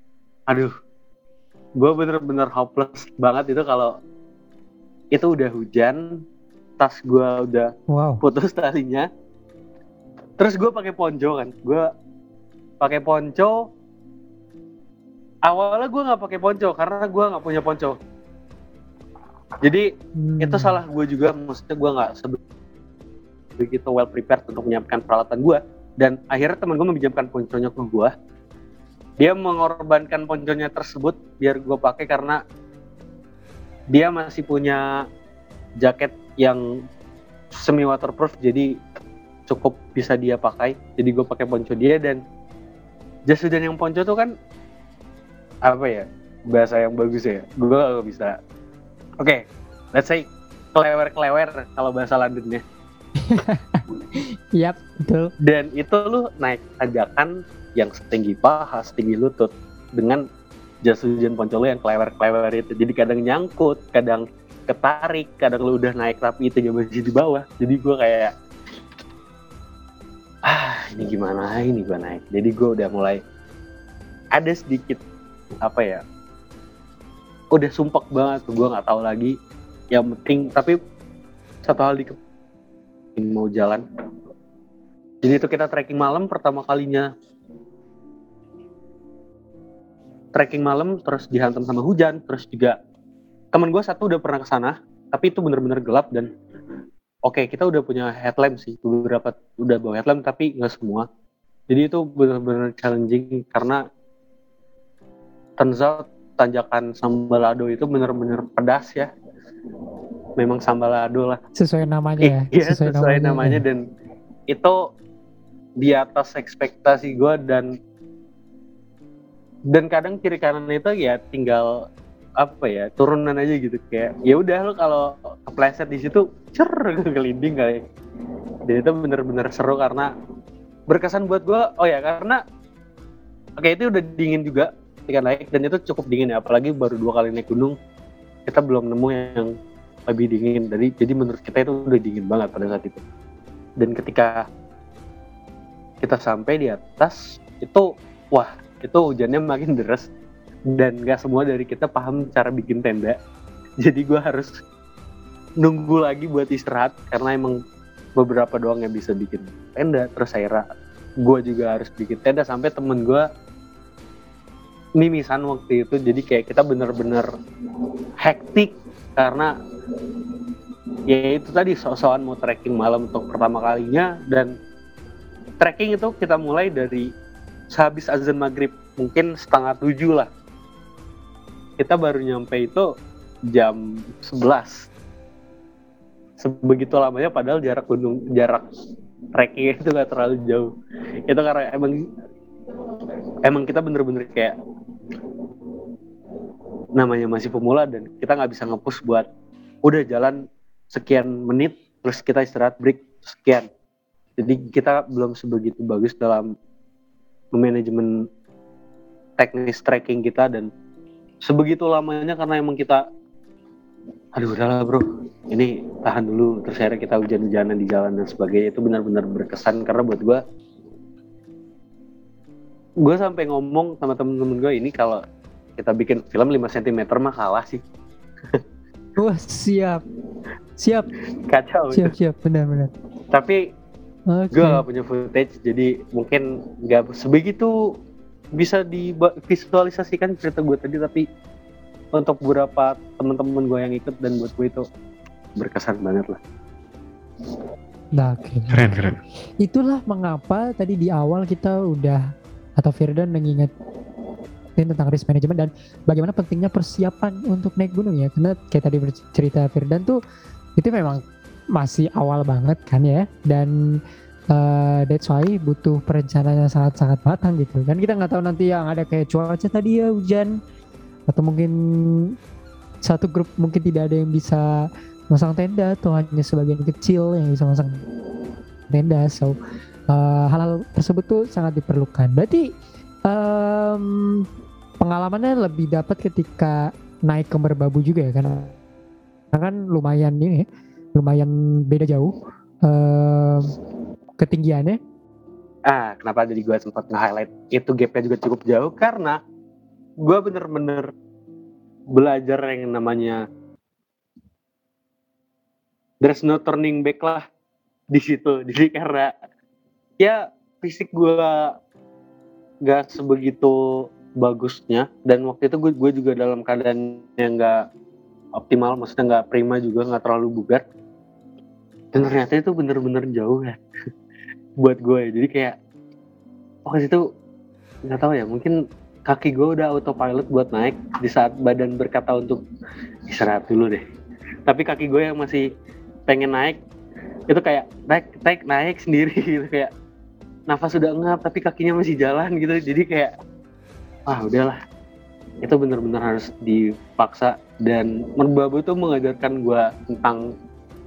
gue bener-bener hopeless banget itu kalau itu udah hujan, tas gue udah putus talinya, terus gue pakai ponco kan. Awalnya gue nggak pakai ponco karena gue nggak punya ponco. Jadi itu salah gue juga, maksudnya gue nggak begitu well prepared untuk menyiapkan peralatan gue. Dan akhirnya teman gue meminjamkan ponconya ke gue. Dia mengorbankan ponconya tersebut biar gue pakai karena dia masih punya jaket yang semi waterproof, jadi cukup bisa dia pakai. Jadi gue pakai ponco dia, dan jas hujan yang ponco tuh kan bahasa yang bagus ya, gue gak bisa. Oke, let's say kelewer kalau bahasa Londonnya. Yap, betul. Dan itu lu naik tanjakan yang setinggi paha, setinggi lutut, dengan jas hujan ponco lu yang kelewer itu. Jadi kadang nyangkut, kadang ketarik, kadang lu udah naik tapi itu masih di bawah. Jadi gue kayak ini gimana ini gue naik. Jadi gue udah mulai ada sedikit udah sumpek banget, gue nggak tahu lagi. Yang penting, tapi satu hal mau jalan. Jadi itu kita trekking malam pertama kalinya. Trekking malam terus dihantam sama hujan, terus juga teman gue satu udah pernah kesana, tapi itu bener-bener gelap dan oke, kita udah punya headlamp sih, beberapa udah bawa headlamp tapi nggak semua. Jadi itu bener-bener challenging karena turns out tanjakan Sambalado itu bener-bener pedas ya. Memang Sambalado lah. Sesuai namanya ya. Iya, sesuai namanya ya. dan itu di atas ekspektasi gue dan kadang kiri kanan itu ya tinggal apa ya turunan aja gitu kayak ya udah lo kalau kepleset di situ kelinding kali. Dan itu bener-bener seru karena berkesan buat gue. Oh ya karena oke, itu udah dingin juga ketika naik dan itu cukup dingin ya, apalagi baru 2 kali naik gunung kita belum nemu yang lebih dingin. Jadi menurut kita itu udah dingin banget pada saat itu. Dan ketika kita sampai di atas itu wah, itu hujannya makin deras dan gak semua dari kita paham cara bikin tenda. Jadi gue harus nunggu lagi buat istirahat karena emang beberapa doang yang bisa bikin tenda. Terus akhirnya gue juga harus bikin tenda sampai temen gue mimisan waktu itu. Jadi kayak kita bener-bener hektik karena ya itu tadi sok-sokan mau trekking malam untuk pertama kalinya. Dan trekking itu kita mulai dari sehabis azan maghrib, mungkin 6:30 lah. Kita baru nyampe itu jam 11. Sebegitu lamanya padahal jarak trekking itu gak terlalu jauh. Itu karena emang kita bener-bener kayak namanya masih pemula dan kita gak bisa nge-push buat udah jalan sekian menit terus kita istirahat break sekian. Jadi kita belum sebegitu bagus dalam manajemen teknis trekking kita dan sebegitu lamanya karena emang kita aduh udahlah bro, ini tahan dulu. Terus akhirnya kita hujan-hujanan di jalan dan sebagainya. Itu benar-benar berkesan karena buat gue sampai ngomong sama temen-temen gue ini kalau kita bikin film 5 cm mah kalah sih. Wah siap Kacau siap benar-benar. Tapi gue gak punya footage jadi mungkin gak sebegitu bisa divisualisasikan cerita gue tadi, tapi untuk beberapa teman-teman gue yang ikut dan buat gue itu berkesan banget lah. Nah, okay. Keren. Itulah mengapa tadi di awal kita udah atau Firdan mengingetin tentang risk management dan bagaimana pentingnya persiapan untuk naik gunung ya. Karena kayak tadi bercerita Firdan tuh itu memang masih awal banget kan ya, dan that's why butuh perencanaan yang sangat-sangat matang gitu kan. Kita nggak tahu nanti yang ada kayak cuaca tadi ya, hujan, atau mungkin satu grup mungkin tidak ada yang bisa masang tenda atau hanya sebagian kecil yang bisa masang tenda. So hal-hal tersebut tuh sangat diperlukan. Berarti pengalamannya lebih dapat ketika naik ke Merbabu juga ya, karena kan lumayan beda jauh ketinggiannya. Kenapa jadi gue sempat nge-highlight itu gapnya juga cukup jauh karena gue bener-bener belajar yang namanya there's no turning back lah di situ. Jadi karena ya fisik gue gak sebegitu bagusnya dan waktu itu gue juga dalam keadaan yang gak optimal, maksudnya gak prima juga, gak terlalu bugar. Dan ternyata itu bener-bener jauh ya buat gue. Jadi kayak waktu itu nggak tahu ya, mungkin kaki gue udah autopilot buat naik di saat badan berkata untuk istirahat dulu deh. Tapi kaki gue yang masih pengen naik itu kayak naik sendiri gitu, kayak nafas udah ngap tapi kakinya masih jalan gitu. Jadi kayak udahlah, itu bener-bener harus dipaksa. Dan Merbabu itu mengajarkan gue tentang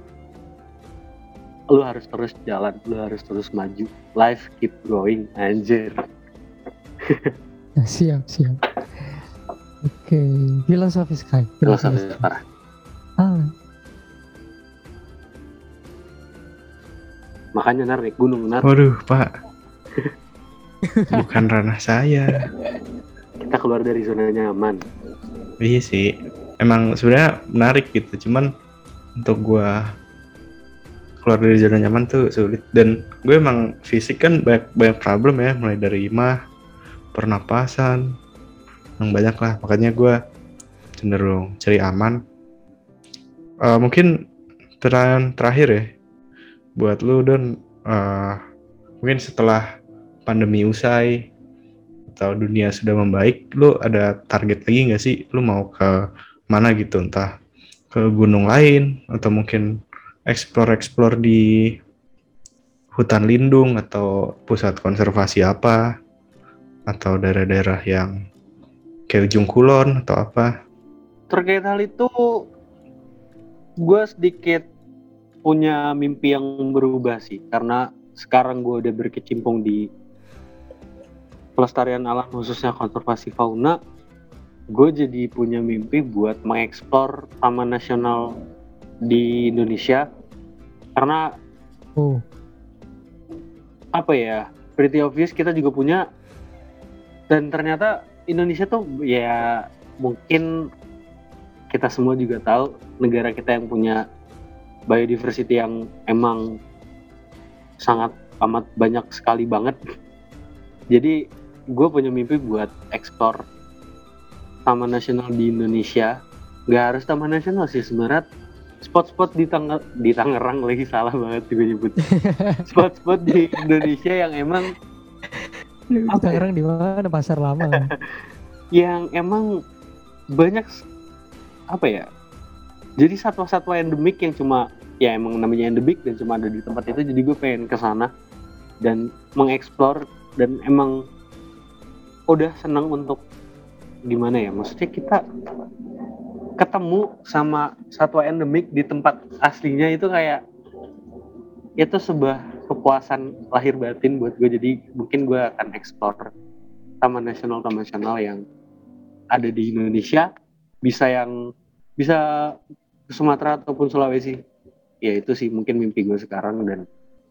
lu harus terus jalan, lu harus terus maju. Life keep going, anjir. Siap. Oke, filosofis Kai. Filosofis parah. Makanya naik gunung. Waduh Pak, bukan ranah saya. Kita keluar dari zona nyaman. Iya sih, emang sebenarnya menarik gitu. Cuman untuk gua keluar dari zona nyaman tuh sulit. Dan gue emang fisik kan banyak problem ya, mulai dari mah, pernapasan, yang banyak lah. Makanya gue cenderung cari aman. Mungkin pertanyaan terakhir ya buat lu, Don. Mungkin setelah pandemi usai atau dunia sudah membaik, lu ada target lagi nggak sih? Lu mau ke mana gitu? Entah ke gunung lain atau mungkin explore di hutan lindung atau pusat konservasi apa, atau daerah-daerah yang kayak Ujung Kulon atau apa? Terkait hal itu, gue sedikit punya mimpi yang berubah sih, karena sekarang gue udah berkecimpung di pelestarian alam khususnya konservasi fauna. Gue jadi punya mimpi buat mengeksplor taman nasional di Indonesia, karena apa ya, pretty obvious kita juga punya, dan ternyata Indonesia tuh ya mungkin kita semua juga tahu negara kita yang punya biodiversity yang emang sangat amat banyak sekali banget. Jadi gue punya mimpi buat eksplor taman nasional di Indonesia. Nggak harus taman nasional sih sebenarnya, spot-spot di Tangerang lagi, salah banget gue nyebut. Spot-spot di Indonesia yang emang Di Tangerang di mana? Pasar Lama. yang emang banyak apa ya? Jadi satwa-satwa endemik yang cuma ya emang namanya endemik dan cuma ada di tempat itu. Jadi gue pengen ke sana dan mengeksplor, dan emang udah senang untuk gimana ya? Maksudnya kita ketemu sama satwa endemik di tempat aslinya, itu kayak itu sebuah kepuasan lahir batin buat gue. Jadi mungkin gue akan eksplor taman nasional yang ada di Indonesia, bisa ke Sumatera ataupun Sulawesi. Ya itu sih mungkin mimpi gue sekarang, dan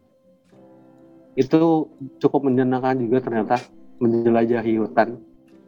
itu cukup menyenangkan juga ternyata, menjelajahi hutan.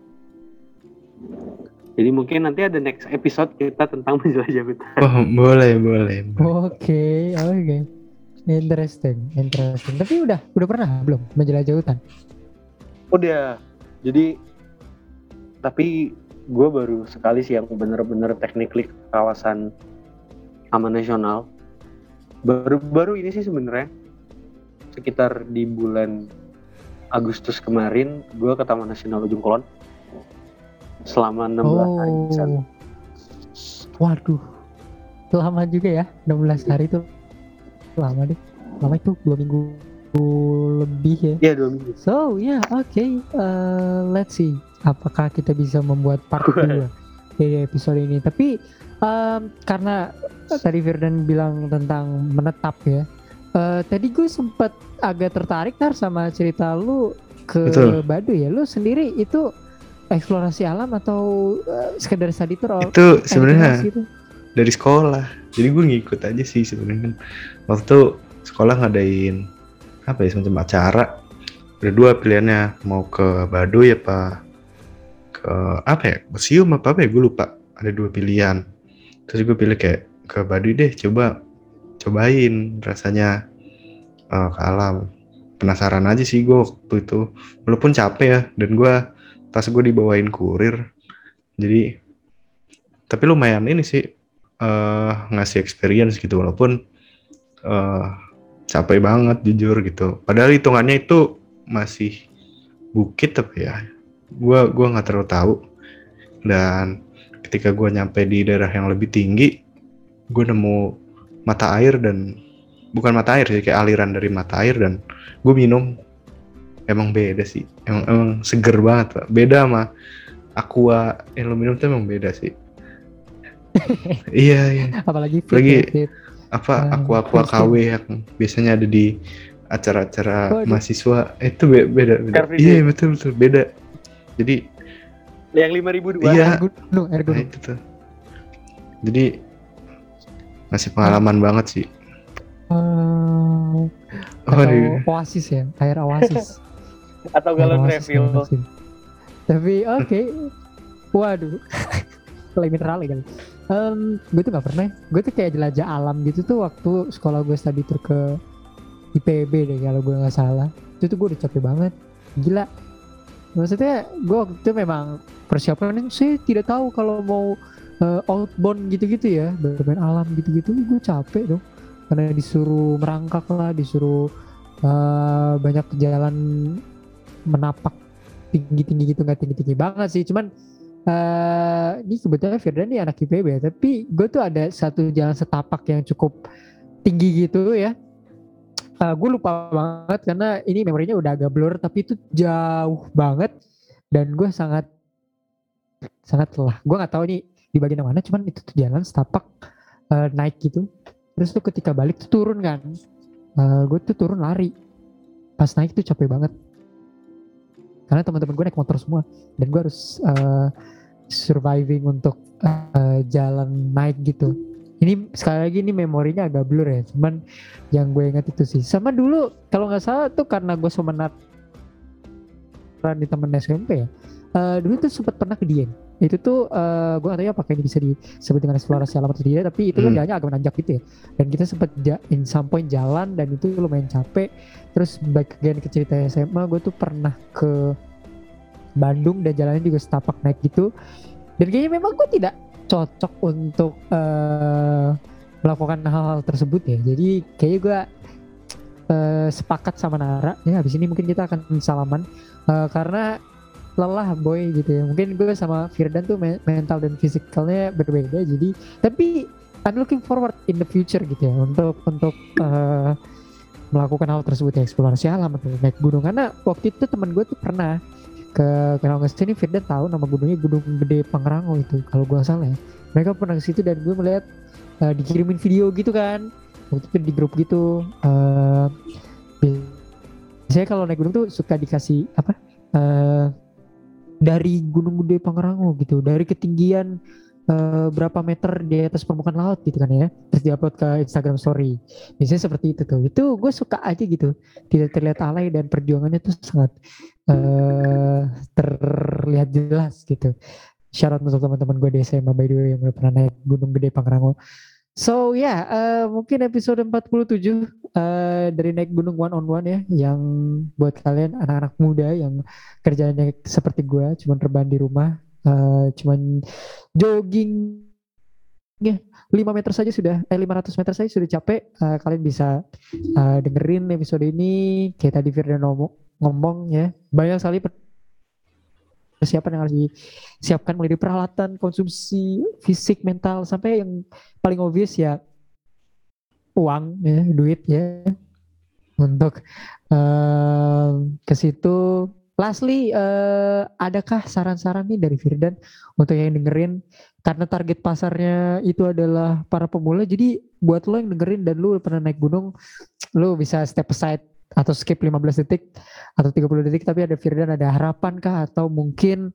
Jadi mungkin nanti ada next episode kita tentang menjelajah hutan. Oh, boleh. Oke. Interesting. Tapi udah pernah belum menjelajah hutan? Udah. Jadi tapi gue baru sekali sih yang bener-bener technically kawasan taman nasional. Baru ini sih sebenarnya, sekitar di bulan Agustus kemarin gue ke Taman Nasional Ujung Kulon selama 16 hari di sana. Waduh, lama juga ya, 16 hari tuh lama deh. Lama itu 2 minggu lebih ya. Iya, 2 minggu. So okay. Let's see apakah kita bisa membuat part 2 dari episode ini. Tapi karena tadi Firdan bilang tentang menetap ya, tadi gue sempat agak tertarik sama cerita lu ke Betul. Baduy ya. Lu sendiri itu eksplorasi alam atau sekedar study tour? Itu sebenarnya gitu? dari sekolah. Jadi gue ngikut aja sih sebenarnya. Waktu itu sekolah ngadain apa ya, semacam acara. Ada 2 pilihannya, mau ke Baduy apa ke apa ya, museum apa ya, gue lupa. Ada 2 pilihan. Terus gue pilih kayak ke Baduy deh, cobain rasanya ke alam. Penasaran aja sih gue waktu itu, walaupun capek ya, dan pas gue dibawain kurir, jadi tapi lumayan ini sih ngasih experience gitu, walaupun capek banget jujur gitu. Padahal hitungannya itu masih bukit, tapi ya gue nggak terlalu tahu. Dan ketika gue nyampe di daerah yang lebih tinggi, gue nemu mata air, dan bukan mata air sih, kayak aliran dari mata air, dan gue minum. Emang beda sih, emang seger banget Pak. Beda sama aqua yang lo minum tuh, emang beda sih. Iya. Apalagi apa aqua KW yang biasanya ada di acara-acara mahasiswa, itu beda. Iya betul beda. Jadi yang 5.002 iya, air gunung. Nah, itu tuh. Jadi masih pengalaman banget sih. Oasis ya, air oasis. Atau galon refill. Tapi oke. Waduh. Kalau mineral kan. Gue tuh gak pernah. Gue tuh kayak jelajah alam gitu tuh waktu sekolah gue study tour ke IPB deh kalau gue gak salah. Itu tuh gue udah capek banget. Gila. Maksudnya gue waktu itu memang persiapan saya tidak tahu kalau mau outbound gitu-gitu ya, bermain alam gitu-gitu, gue capek dong. Karena disuruh merangkak lah, disuruh banyak jalan menapak tinggi-tinggi gitu, nggak tinggi-tinggi banget sih. Cuman ini kebetulan Firdan nih anak IPB ya, tapi gue tuh ada satu jalan setapak yang cukup tinggi gitu ya. Gue lupa banget karena ini memorinya udah agak blur, tapi itu jauh banget dan gue sangat lelah. Gue nggak tahu nih di bagian mana, cuman itu tuh jalan setapak naik gitu. Terus tuh ketika balik tuh turun kan, gue tuh turun lari. Pas naik tuh capek banget karena teman-teman gue naik motor semua dan gue harus surviving untuk jalan naik gitu. Ini sekali lagi ini memorinya agak blur ya, cuman yang gue ingat itu sih. Sama dulu kalau nggak salah tuh karena gue semenaran di temen SMP ya, dulu tuh sempat pernah ke Dieng. Itu tuh gue nggak tahu ya apakah ini bisa disebut dengan eksplorasi alam atau tidak, tapi itu kan jalannya agak menanjak gitu ya. Dan kita sempat in some point jalan dan itu lumayan capek. Terus back again ke cerita SMA, gue tuh pernah ke Bandung dan jalannya juga setapak naik gitu. Dan kayaknya memang gue tidak cocok untuk melakukan hal-hal tersebut ya. Jadi kayaknya gue sepakat sama Nara ya, habis ini mungkin kita akan salaman karena lelah boy gitu ya. Mungkin gue sama Firdan tuh mental dan fisikalnya berbeda, jadi tapi I'm looking forward in the future gitu ya untuk melakukan hal tersebut ya, eksplorasi alam atau naik gunung. Karena waktu itu teman gue tuh pernah kalau nggak sini Firdan tahu nama gunungnya Gunung Gede Pangrango itu kalau gue salah ya. Mereka pernah ke situ dan gue melihat dikirimin video gitu kan waktu itu di grup gitu. Biasanya kalau naik gunung tuh suka dikasih apa dari Gunung Gede Pangrango gitu, dari ketinggian berapa meter di atas permukaan laut gitu kan ya, terus diupload ke Instagram story. Biasanya seperti itu tuh. Itu gue suka aja gitu, tidak terlihat alay dan perjuangannya tuh sangat terlihat jelas gitu. Shout out untuk teman-teman gue di SMA by the way yang udah pernah naik Gunung Gede Pangrango. So mungkin episode 47 dari naik gunung one on one ya, yang buat kalian anak-anak muda yang kerjanya seperti gue, cuman rebahan di rumah, cuman jogging ya 5 meter saja sudah 500 meter saja sudah capek. Kalian bisa dengerin episode ini kayak tadi Firdan ngomong ya, banyak sekali persiapan yang harus disiapkan, mulai dari peralatan, konsumsi fisik, mental, sampai yang paling obvious ya uang ya, duit ya untuk ke situ. Lastly, adakah saran-saran nih dari Firdan untuk yang dengerin, karena target pasarnya itu adalah para pemula, jadi buat lo yang dengerin dan lo pernah naik gunung, lo bisa step aside atau skip 15 detik atau 30 detik, tapi ada Firdan, ada harapan kah atau mungkin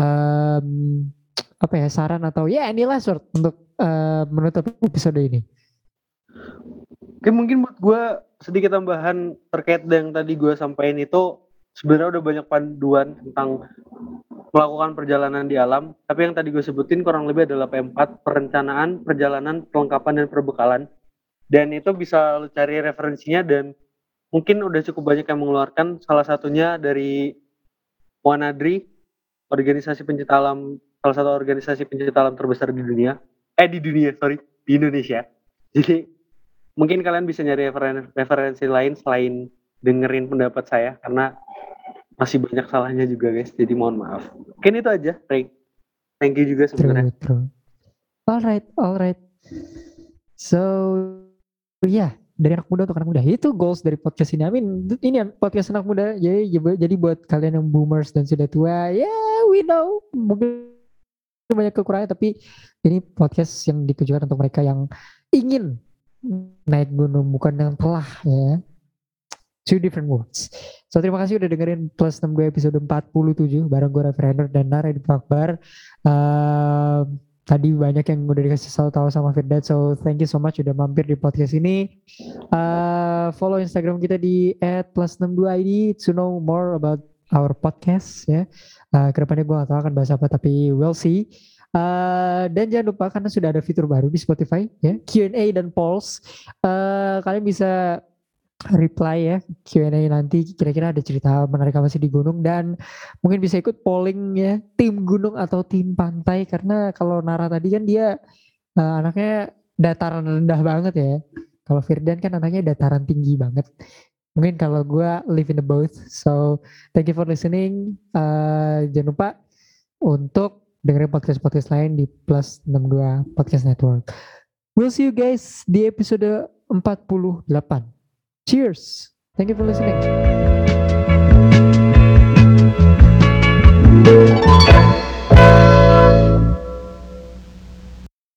apa ya, saran atau ya any last word untuk menutup episode ini? Oke, mungkin buat gue sedikit tambahan terkait dengan tadi gue sampaikan itu, sebenarnya udah banyak panduan tentang melakukan perjalanan di alam, tapi yang tadi gue sebutin kurang lebih adalah P4, perencanaan, perjalanan, perlengkapan, dan perbekalan. Dan itu bisa lo cari referensinya dan mungkin udah cukup banyak yang mengeluarkan, salah satunya dari Wanadri, organisasi pencinta alam, salah satu organisasi pencinta alam terbesar di dunia. Di Indonesia. Jadi mungkin kalian bisa nyari referensi lain selain dengerin pendapat saya, karena masih banyak salahnya juga guys, jadi mohon maaf. Mungkin itu aja, Ray. Thank you juga sebenarnya. True. Alright. So dari anak muda untuk anak muda, itu goals dari podcast ini. Ini podcast anak muda, jadi buat kalian yang boomers dan sudah tua, we know mungkin banyak kekurangan, tapi ini podcast yang ditujukan untuk mereka yang ingin naik gunung, bukan yang telah ya. Two different words. So terima kasih udah dengerin Plus 6 gue episode 47 bareng gue Reverender dan Nara di Akbar. Tadi banyak yang udah dikasih tahu sama Firdan, so thank you so much udah mampir di podcast ini. Follow Instagram kita di @plus62id to know more about our podcast ya. Kedepannya gue gak tahu akan bahas apa, tapi we'll see. Dan jangan lupa karena sudah ada fitur baru di Spotify ya, Q&A dan polls. Kalian bisa reply ya Q&A nanti, kira-kira ada cerita menarik apa sih di gunung, dan mungkin bisa ikut polling ya, tim gunung atau tim pantai, karena kalau Nara tadi kan dia anaknya dataran rendah banget ya. Kalau Firdan kan anaknya dataran tinggi banget. Mungkin kalau gue live in the both. So thank you for listening. Jangan lupa untuk dengerin podcast-podcast lain di Plus 62 Podcast Network. We'll see you guys di episode 48. Cheers. Thank you for listening.